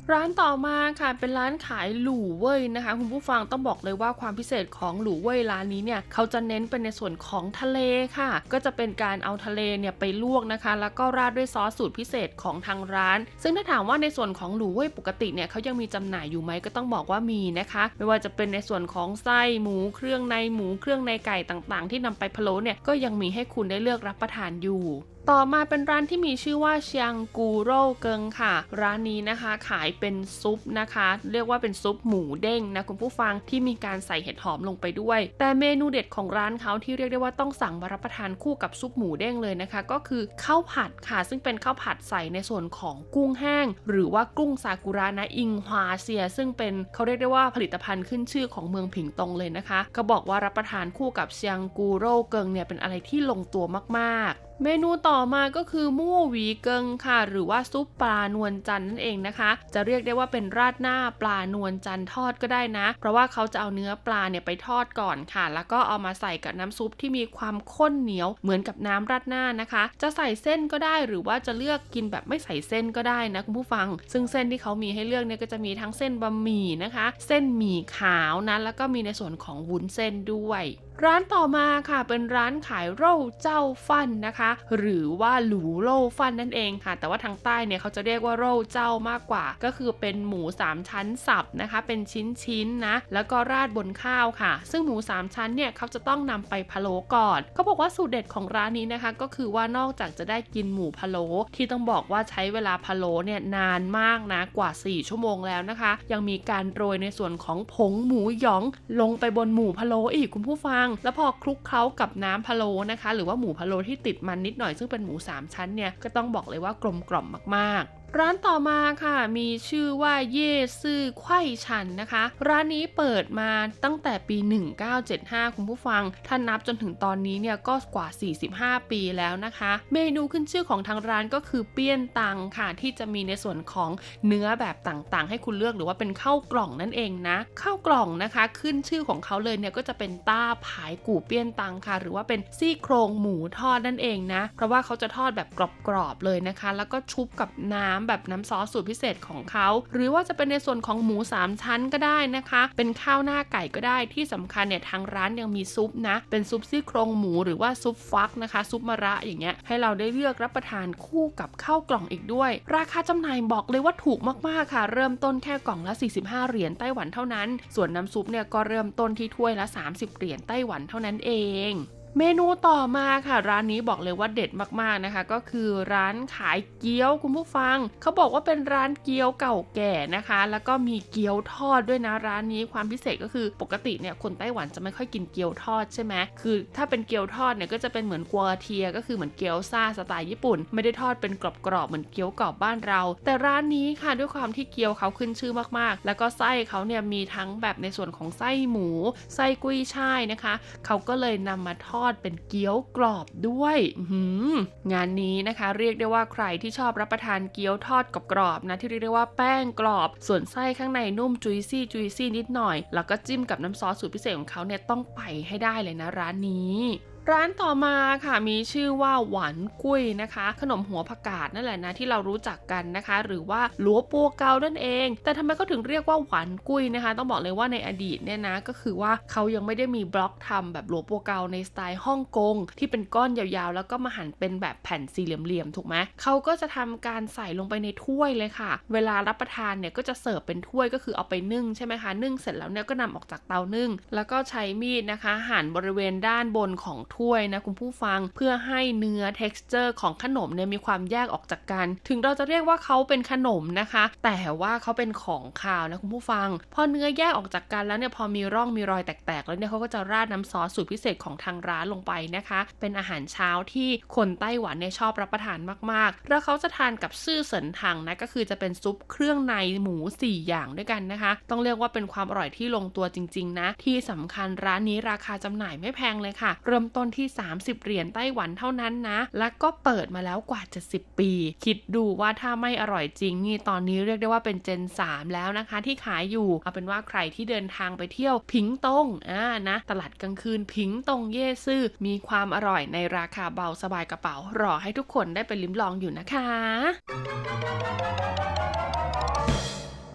ร้านต่อมาค่ะเป็นร้านขายหลู่เว่ยนะคะคุณผู้ฟังต้องบอกเลยว่าความพิเศษของหลู่เว่ยร้านนี้เนี่ยเขาจะเน้นเป็นในส่วนของทะเลค่ะก็จะเป็นการเอาทะเลเนี่ยไปลวกนะคะแล้วก็ราดด้วยซอสสูตรพิเศษของทางร้านซึ่งถ้าถามว่าในส่วนของหลู่เว่ยปกติเนี่ยเขายังมีจำหน่ายอยู่ไหมก็ต้องบอกว่ามีนะคะไม่ว่าจะเป็นในส่วนของไส้หมูเครื่องในหมูเครื่องในไก่ต่างๆที่นำไปพะโล้เนี่ยก็ยังมีให้คุณได้เลือกรับประทานอยู่ต่อมาเป็นร้านที่มีชื่อว่าเชียงกูโร่เกิงค่ะร้านนี้นะคะขายเป็นซุปนะคะเรียกว่าเป็นซุปหมูเด้งนะคุณผู้ฟังที่มีการใส่เห็ดหอมลงไปด้วยแต่เมนูเด็ดของร้านเขาที่เรียกได้ว่าต้องสั่งมารับประทานคู่กับซุปหมูเด้งเลยนะคะก็คือข้าวผัดค่ะซึ่งเป็นข้าวผัดใส่ในส่วนของกุ้งแห้งหรือว่ากุ้งซากุระนะอิงฮวาเซียซึ่งเป็นเขาเรียกได้ว่าผลิตภัณฑ์ขึ้นชื่อของเมืองผิงตงเลยนะคะก็บอกว่ารับประทานคู่กับเชียงกูโร่เกิงเนี่ยเป็นอะไรที่ลงตัวมากๆเมนูต่อมาก็คือมู่หวีเกิงค่ะหรือว่าซุปปลานวลจันทร์นั่นเองนะคะจะเรียกได้ว่าเป็นราดหน้าปลานวลจันทร์ทอดก็ได้นะเพราะว่าเขาจะเอาเนื้อปลาเนี่ยไปทอดก่อนค่ะแล้วก็เอามาใส่กับน้ำซุปที่มีความข้นเหนียวเหมือนกับน้ำราดหน้านะคะจะใส่เส้นก็ได้หรือว่าจะเลือกกินแบบไม่ใส่เส้นก็ได้นะคุณผู้ฟังซึ่งเส้นที่เขามีให้เลือกเนี่ยก็จะมีทั้งเส้นบะหมี่นะคะเส้นหมี่ขาวนะแล้วก็มีในส่วนของวุ้นเส้นด้วยร้านต่อมาค่ะเป็นร้านขายโร่เจ้าฟั่นนะคะหรือว่าหลูโร่ฟั่นนั่นเองค่ะแต่ว่าทางใต้เนี่ยเขาจะเรียกว่าโร่เจ้ามากกว่าก็คือเป็นหมูสามชั้นสับนะคะเป็นชิ้นๆนะแล้วก็ราดบนข้าวค่ะซึ่งหมูสามชั้นเนี่ยเขาจะต้องนำไปพะโล้ก่อนเขาบอกว่าสูตรเด็ดของร้านนี้นะคะก็คือว่านอกจากจะได้กินหมูพะโล้ที่ต้องบอกว่าใช้เวลาพะโล้เนี่ยนานมากนะกว่าสี่ชั่วโมงแล้วนะคะยังมีการโรยในส่วนของผงหมูหยองลงไปบนหมูพะโล้อีกคุณผู้ฟังแล้วพอคลุกเคล้ากับน้ำพะโล้นะคะหรือว่าหมูพะโล้ที่ติดมันนิดหน่อยซึ่งเป็นหมูสามชั้นเนี่ยก็ต้องบอกเลยว่ากลมกล่อมมากๆร้านต่อมาค่ะมีชื่อว่าเย่ซื่อไข่ชันนะคะร้านนี้เปิดมาตั้งแต่ปีหนึ่งเก้าเจ็ดห้าคุณผู้ฟังถ้านับจนถึงตอนนี้เนี่ยก็กว่าสี่สิบห้าปีแล้วนะคะเมนูขึ้นชื่อของทางร้านก็คือเปี้ยนตังค่ะที่จะมีในส่วนของเนื้อแบบต่างๆให้คุณเลือกหรือว่าเป็นข้าวกล่องนั่นเองนะข้าวกล่องนะคะขึ้นชื่อของเขาเลยเนี่ยก็จะเป็นต้าผายกู่เปี้ยนตังค่ะหรือว่าเป็นซี่โครงหมูทอดนั่นเองนะเพราะว่าเขาจะทอดแบบกรอบๆเลยนะคะแล้วก็ชุบกับน้ำแบบน้ำซอสสูตรพิเศษของเขาหรือว่าจะเป็นในส่วนของหมูสามชั้นก็ได้นะคะเป็นข้าวหน้าไก่ก็ได้ที่สำคัญเนี่ยทางร้านยังมีซุปนะเป็นซุปซี่โครงหมูหรือว่าซุปฟักนะคะซุปมะระอย่างเงี้ยให้เราได้เลือกรับประทานคู่กับข้าวกล่องอีกด้วยราคาจำหน่ายบอกเลยว่าถูกมากๆค่ะเริ่มต้นแค่กล่องละสี่สิบห้าเหรียญไต้หวันเท่านั้นส่วนน้ำซุปเนี่ยก็เริ่มต้นที่ถ้วยละสามสิบเหรียญไต้หวันเท่านั้นเองเมนูต่อมาค่ะร้านนี้บอกเลยว่าเด็ดมากๆนะคะก็คือร้านขายเกี๊ยวคุณผู้ฟังเขาบอกว่าเป็นร้านเกี๊ยวเก่าแก่นะคะแล้วก็มีเกี๊ยวทอดด้วยนะร้านนี้ความพิเศษก็คือปกติเนี่ยคนไต้หวันจะไม่ค่อยกินเกี๊ยวทอดใช่ไหมคือถ้าเป็นเกี๊ยวทอดเนี่ยก็จะเป็นเหมือนกัวเทียก็คือเหมือนเกี๊ยวซ่าสไตล์ญี่ปุ่นไม่ได้ทอดเป็นกรอบๆเหมือนเกี๊ยวกรอบบ้านเราแต่ร้านนี้ค่ะด้วยความที่เกี๊ยวเขาขึ้นชื่อมากๆแล้วก็ไส้เขาเนี่ยมีทั้งแบบในส่วนของไส้หมูไส้กุ้ยช่ายนะคะเขาก็เลยนำมาทอดเป็นเกี๊ยวกรอบด้วยงานนี้นะคะเรียกได้ว่าใครที่ชอบรับประทานเกี๊ยวทอดกรอบๆนะที่เรียกได้ว่าแป้งกรอบส่วนไส้ข้างในนุ่มจุยซี่จุยซี่นิดหน่อยแล้วก็จิ้มกับน้ำซอสสูตรพิเศษของเขาเนี่ยต้องไปให้ได้เลยนะร้านนี้ร้านต่อมาค่ะมีชื่อว่าหวานกุ้ยนะคะขนมหัวผักกาดนั่นแหละนะที่เรารู้จักกันนะคะหรือว่าหลัวปัวเกานั่นเองแต่ทำไมเขาถึงเรียกว่าหวานกุ้ยนะคะต้องบอกเลยว่าในอดีตเนี่ยนะก็คือว่าเขายังไม่ได้มีบล็อกทำแบบหลัวปัวเกาในสไตล์ฮ่องกงที่เป็นก้อนยาวๆแล้วก็มาหั่นเป็นแบบแผ่นสี่เหลี่ยมๆถูกไหมเขาก็จะทำการใส่ลงไปในถ้วยเลยค่ะเวลารับประทานเนี่ยก็จะเสิร์ฟเป็นถ้วยก็คือเอาไปนึ่งใช่ไหมคะนึ่งเสร็จแล้วเนี่ยก็นำออกจากเตานึ่งแล้วก็ใช้มีดนะคะหั่นบริเวณด้านบนของถ้วยนะคุณผู้ฟังเพื่อให้เนื้อ texture ของขนมเนี่ยมีความแยกออกจากกันถึงเราจะเรียกว่าเขาเป็นขนมนะคะแต่ว่าเขาเป็นของคาวนะคุณผู้ฟังพอเนื้อแยกออกจากกันแล้วเนี่ยพอมีร่องมีรอยแตกๆแล้วเนี่ยเขาก็จะราดน้ำซอสสูตรพิเศษของทางร้านลงไปนะคะเป็นอาหารเช้าที่คนไต้หวันเนี่ยชอบรับประทานมากๆแล้วเขาจะทานกับซื่อเสินถังนะก็คือจะเป็นซุปเครื่องในหมูสี่อย่างด้วยกันนะคะต้องเรียกว่าเป็นความอร่อยที่ลงตัวจริงๆนะที่สำคัญร้านนี้ราคาจำหน่ายไม่แพงเลยค่ะเริ่มต้นที่สามสิบเหรียญไต้หวันเท่านั้นนะและก็เปิดมาแล้วกว่าเจ็ดสิบปีคิดดูว่าถ้าไม่อร่อยจริงนี่ตอนนี้เรียกได้ว่าเป็นเจนสามแล้วนะคะที่ขายอยู่เอาเป็นว่าใครที่เดินทางไปเที่ยวผิงตงอ่านะตลาดกลางคืนผิงตงเย่ซื่อมีความอร่อยในราคาเบาสบายกระเป๋ารอให้ทุกคนได้ไปลิ้มลองอยู่นะคะ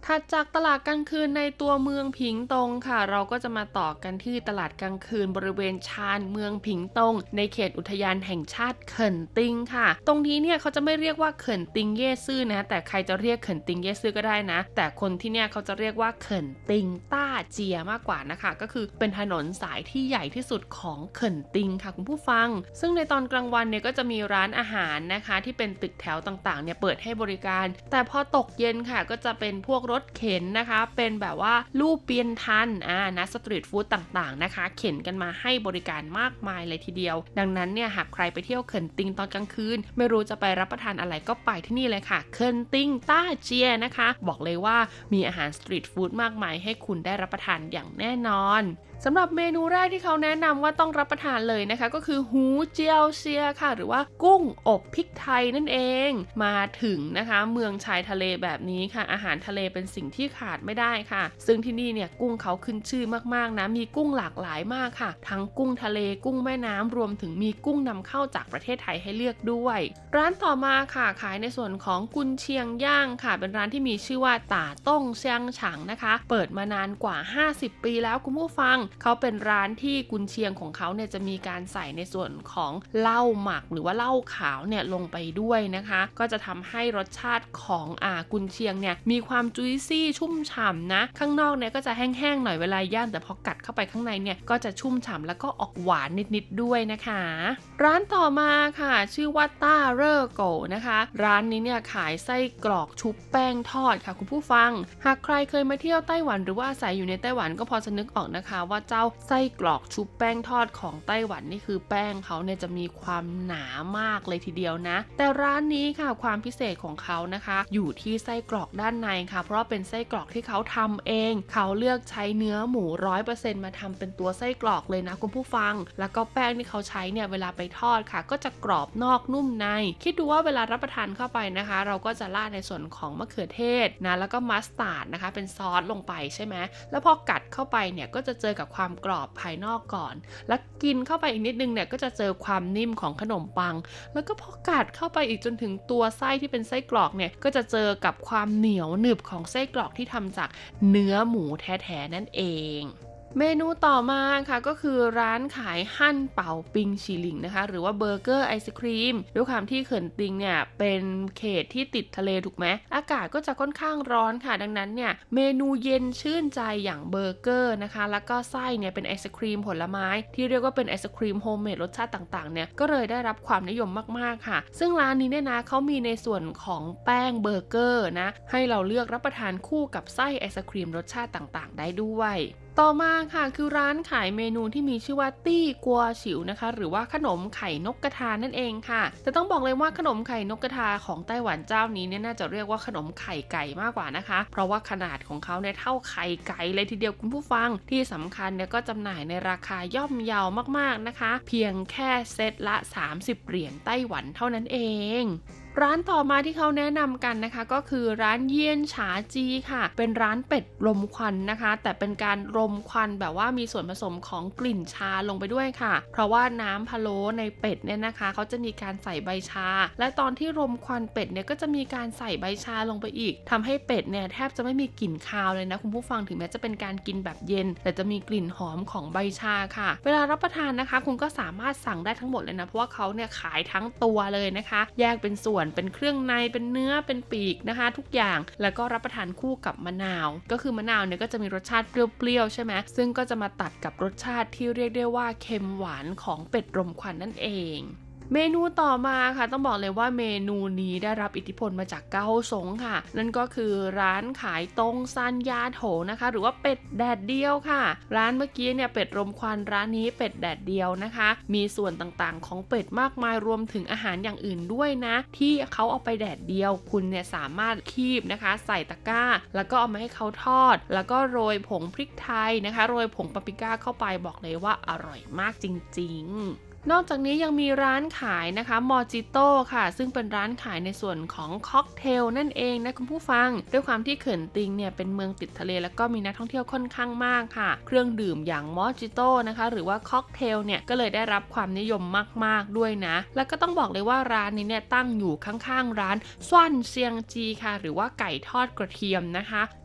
ถัดจากตลาดกลางคืนในตัวเมืองผิงตงค่ะเราก็จะมาต่อกันที่ตลาดกลางคืนบริเวณชานเมืองผิงตงในเขตอุทยานแห่งชาติเขินติงค่ะตรงนี้เนี่ยเขาจะไม่เรียกว่าเขินติงเย่ซื่อนะแต่ใครจะเรียกเขินติงเย่ซื่อก็ได้นะแต่คนที่เนี่ยเขาจะเรียกว่าเขินติงต้าเจียมากกว่านะคะก็คือเป็นถนนสายที่ใหญ่ที่สุดของเขินติงค่ะคุณผู้ฟังซึ่งในตอนกลางวันเนี่ยก็จะมีร้านอาหารนะคะที่เป็นตึกแถวต่างๆเนี่ยเปิดให้บริการแต่พอตกเย็นค่ะก็จะเป็นพวกรถเข็นนะคะเป็นแบบว่าลู่เปียนทันอ่านะสตรีทฟู้ดต่างๆนะคะเข็นกันมาให้บริการมากมายเลยทีเดียวดังนั้นเนี่ยหากใครไปเที่ยวเขินติงตอนกลางคืนไม่รู้จะไปรับประทานอะไรก็ไปที่นี่เลยค่ะเขินติงต้าเจียนะคะบอกเลยว่ามีอาหารสตรีทฟู้ดมากมายให้คุณได้รับประทานอย่างแน่นอนสำหรับเมนูแรกที่เขาแนะนำว่าต้องรับประทานเลยนะคะก็คือหูเจียวเซียค่ะหรือว่ากุ้งอบพริกไทยนั่นเองมาถึงนะคะเมืองชายทะเลแบบนี้ค่ะอาหารทะเลเป็นสิ่งที่ขาดไม่ได้ค่ะซึ่งที่นี่เนี่ยกุ้งเขาขึ้นชื่อมากๆนะมีกุ้งหลากหลายมากค่ะทั้งกุ้งทะเลกุ้งแม่น้ำรวมถึงมีกุ้งนำเข้าจากประเทศไทยให้เลือกด้วยร้านต่อมาค่ะขายในส่วนของกุนเชียงย่างค่ะเป็นร้านที่มีชื่อว่าต่าต้งเซียงฉางนะคะเปิดมานานกว่าห้าสิบปีแล้วคุณผู้ฟังเขาเป็นร้านที่กุนเชียงของเขาเนี่ยจะมีการใส่ในส่วนของเหล้าหมักหรือว่าเหล้าขาวเนี่ยลงไปด้วยนะคะก็จะทำให้รสชาติของอ่ากุนเชียงเนี่ยมีความจุยซี่ชุ่มฉ่ำนะข้างนอกเนี่ยก็จะแห้งๆหน่อยเวลาย่างแต่พอกัดเข้าไปข้างในเนี่ยก็จะชุ่มฉ่ำแล้วก็ออกหวานนิดๆด้วยนะคะร้านต่อมาค่ะชื่อว่าต้าเร่อโกนะคะร้านนี้เนี่ยขายไส้กรอกชุบแป้งทอดค่ะคุณผู้ฟังหากใครเคยมาเที่ยวไต้หวันหรือว่าอาศัยอยู่ในไต้หวันก็พอจะนึกออกนะคะว่าเจ้าไส้กรอกชุบแป้งทอดของไต้หวันนี่คือแป้งเขาเนี่ยจะมีความหนามากเลยทีเดียวนะแต่ร้านนี้ค่ะความพิเศษของเขานะคะอยู่ที่ไส้กรอกด้านในค่ะเพราะเป็นไส้กรอกที่เขาทำเองเขาเลือกใช้เนื้อหมู ร้อยเปอร์เซ็นต์ มาทำเป็นตัวไส้กรอกเลยนะคุณผู้ฟังแล้วก็แป้งที่เขาใช้เนี่ยเวลาไปทอดค่ะก็จะกรอบนอกนุ่มในคิดดูว่าเวลารับประทานเข้าไปนะคะเราก็จะราดในส่วนของมะเขือเทศนะแล้วก็มัสตาร์ดนะคะเป็นซอสลงไปใช่ไหมแล้วพอกัดเข้าไปเนี่ยก็จะเจอกับความกรอบภายนอกก่อนแล้วกินเข้าไปอีกนิดนึงเนี่ยก็จะเจอความนิ่มของขนมปังแล้วก็พอกัดเข้าไปอีกจนถึงตัวไส้ที่เป็นไส้กรอกเนี่ยก็จะเจอกับความเหนียวหนึบของไส้กรอกที่ทำจากเนื้อหมูแท้ๆนั่นเองเมนูต่อมาค่ะก็คือร้านขายหั่นเป่าปิงฉีหลิงนะคะหรือว่าเบอร์เกอร์ไอศครีมด้วยความที่เขินติงเนี่ยเป็นเขตที่ติดทะเลถูกไหมอากาศก็จะค่อนข้างร้อนค่ะดังนั้นเนี่ยเมนูเย็นชื่นใจอย่างเบอร์เกอร์นะคะแล้วก็ไส้เนี่ยเป็นไอศครีมผลไม้ที่เรียกว่าเป็นไอศครีมโฮมเมดรสชาติต่างๆเนี่ยก็เลยได้รับความนิยมมากๆค่ะซึ่งร้านนี้เนี่ยนะเขามีในส่วนของแป้งเบอร์เกอร์นะให้เราเลือกรับประทานคู่กับไส้ไอศครีมรสชาติต่างๆได้ด้วยต่อมาค่ะคือร้านขายเมนูที่มีชื่อว่าตี้กัวฉิวนะคะหรือว่าขนมไข่นกกระทานั่นเองค่ะแต่ต้องบอกเลยว่าขนมไข่นกกระทาของไต้หวันเจ้านี้เนี่ยน่าจะเรียกว่าขนมไข่ไก่มากกว่านะคะเพราะว่าขนาดของเขาเนี่ยเท่าไข่ไก่เลยทีเดียวคุณผู้ฟังที่สำคัญเนี่ยก็จำหน่ายในราคาย่อมเยาวมากๆนะคะเพียงแค่เซตละสามสิบเหรียญไต้หวันเท่านั้นเองร้านต่อมาที่เขาแนะนำกันนะคะก็คือร้านเยี่ยนฉาจีค่ะเป็นร้านเป็ดรมควันนะคะแต่เป็นการรมควันแบบว่ามีส่วนผสมของกลิ่นชาลงไปด้วยค่ะเพราะว่าน้ำพะโล้ในเป็ดเนี่ยนะคะเขาจะมีการใส่ใบชาและตอนที่รมควันเป็ดเนี่ยก็จะมีการใส่ใบชาลงไปอีกทำให้เป็ดเนี่ยแทบจะไม่มีกลิ่นคาวเลยนะคุณผู้ฟังถึงแม้จะเป็นการกินแบบเย็นแต่จะมีกลิ่นหอมของใบชาค่ะเวลารับประทานนะคะคุณก็สามารถสั่งได้ทั้งหมดเลยนะเพราะว่าเขาเนี่ยขายทั้งตัวเลยนะคะแยกเป็นส่วนเป็นเครื่องในเป็นเนื้อเป็นปีกนะคะทุกอย่างแล้วก็รับประทานคู่กับมะนาวก็คือมะนาวเนี่ยก็จะมีรสชาติเปรี้ยวๆใช่ไหมซึ่งก็จะมาตัดกับรสชาติที่เรียกได้ว่าเค็มหวานของเป็ดรมควันนั่นเองเมนูต่อมาค่ะต้องบอกเลยว่าเมนูนี้ได้รับอิทธิพลมาจากเกาสงค่ะนั่นก็คือร้านขายตงซันยาโถนะคะหรือว่าเป็ดแดดเดียวค่ะร้านเมื่อกี้เนี่ยเป็ดรมควันร้านนี้เป็ดแดดเดียวนะคะมีส่วนต่างๆของเป็ดมากมายรวมถึงอาหารอย่างอื่นด้วยนะที่เขาเอาไปแดดเดียวคุณเนี่ยสามารถคีบนะคะใส่ตะกร้าแล้วก็เอามาให้เขาทอดแล้วก็โรยผงพริกไทยนะคะโรยผงปาปริก้าเข้าไปบอกเลยว่าอร่อยมากจริงๆนอกจากนี้ยังมีร้านขายนะคะมอจิโต้ค่ะซึ่งเป็นร้านขายในส่วนของค็อกเทลนั่นเองนะคุณผู้ฟังด้วยความที่เขินติงเนี่ยเป็นเมืองติดทะเลแล้วก็มีนักท่องเที่ยวค่อนข้างมากค่ะเครื่องดื่มอย่างมอจิโต้นะคะหรือว่าค็อกเทลเนี่ยก็เลยได้รับความนิยมมากๆด้วยนะแล้วก็ต้องบอกเลยว่าร้านนี้เนี่ยตั้งอยู่ข้างๆร้านซ่วนเซียงจีค่ะหรือว่าไก่ทอดกระเทียมนะคะ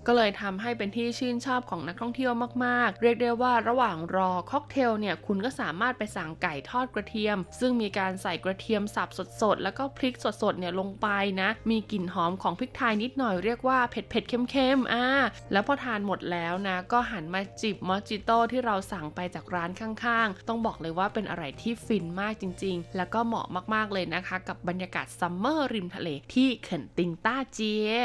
ก็เลยทำให้เป็นที่ชื่นชอบของนักท่องเที่ยวมากๆเรียกได้ว่าระหว่างรอค็อกเทลเนี่ยคุณก็สามารถไปสั่งไก่ทอดกระเทียมซึ่งมีการใส่กระเทียมสับสดๆแล้วก็พริกสดๆเนี่ยลงไปนะมีกลิ่นหอมของพริกไทยนิดหน่อยเรียกว่าเผ็ดๆเค็มๆอ่าแล้วพอทานหมดแล้วนะก็หันมาจิบมอจิโต้ที่เราสั่งไปจากร้านข้างๆต้องบอกเลยว่าเป็นอะไรที่ฟินมากจริงๆแล้วก็เหมาะมากๆเลยนะคะกับบรรยากาศซัมเมอร์ริมทะเลที่เขินติงต้าเจีย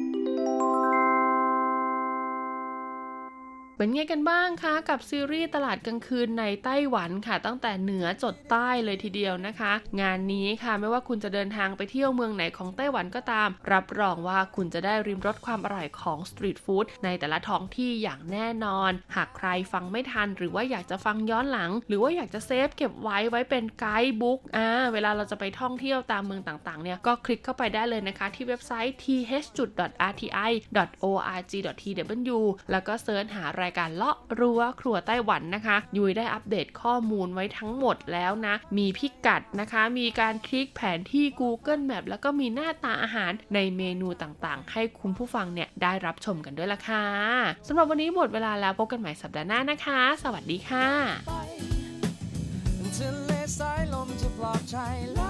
เป็นไงกันบ้างคะกับซีรีส์ตลาดกลางคืนในไต้หวันค่ะตั้งแต่เหนือจดใต้เลยทีเดียวนะคะงานนี้ค่ะไม่ว่าคุณจะเดินทางไปเที่ยวเมืองไหนของไต้หวันก็ตามรับรองว่าคุณจะได้ริมรสความอร่อยของสตรีทฟู้ดในแต่ละท้องที่อย่างแน่นอนหากใครฟังไม่ทันหรือว่าอยากจะฟังย้อนหลังหรือว่าอยากจะเซฟเก็บไว้ไว้เป็นไกด์บุ๊กอ่าเวลาเราจะไปท่องเที่ยวตามเมืองต่างๆเนี่ยก็คลิกเข้าไปได้เลยนะคะที่เว็บไซต์ ที เอช ดอท อาร์ ที ไอ ดอท โอ อาร์ จี ดอท ที ดับเบิลยู แล้วก็เสิร์ชหารายการเลาะรั้วครัวไต้หวันนะคะยุ้ยได้อัปเดตข้อมูลไว้ทั้งหมดแล้วนะมีพิกัดนะคะมีการคลิกแผนที่ Google Map แล้วก็มีหน้าตาอาหารในเมนูต่างๆให้คุณผู้ฟังเนี่ยได้รับชมกันด้วยล่ะค่ะสำหรับวันนี้หมดเวลาแล้วพบกันใหม่สัปดาห์หน้านะคะสวัสดีค่ะทะเลสายลมจะปลอบใจ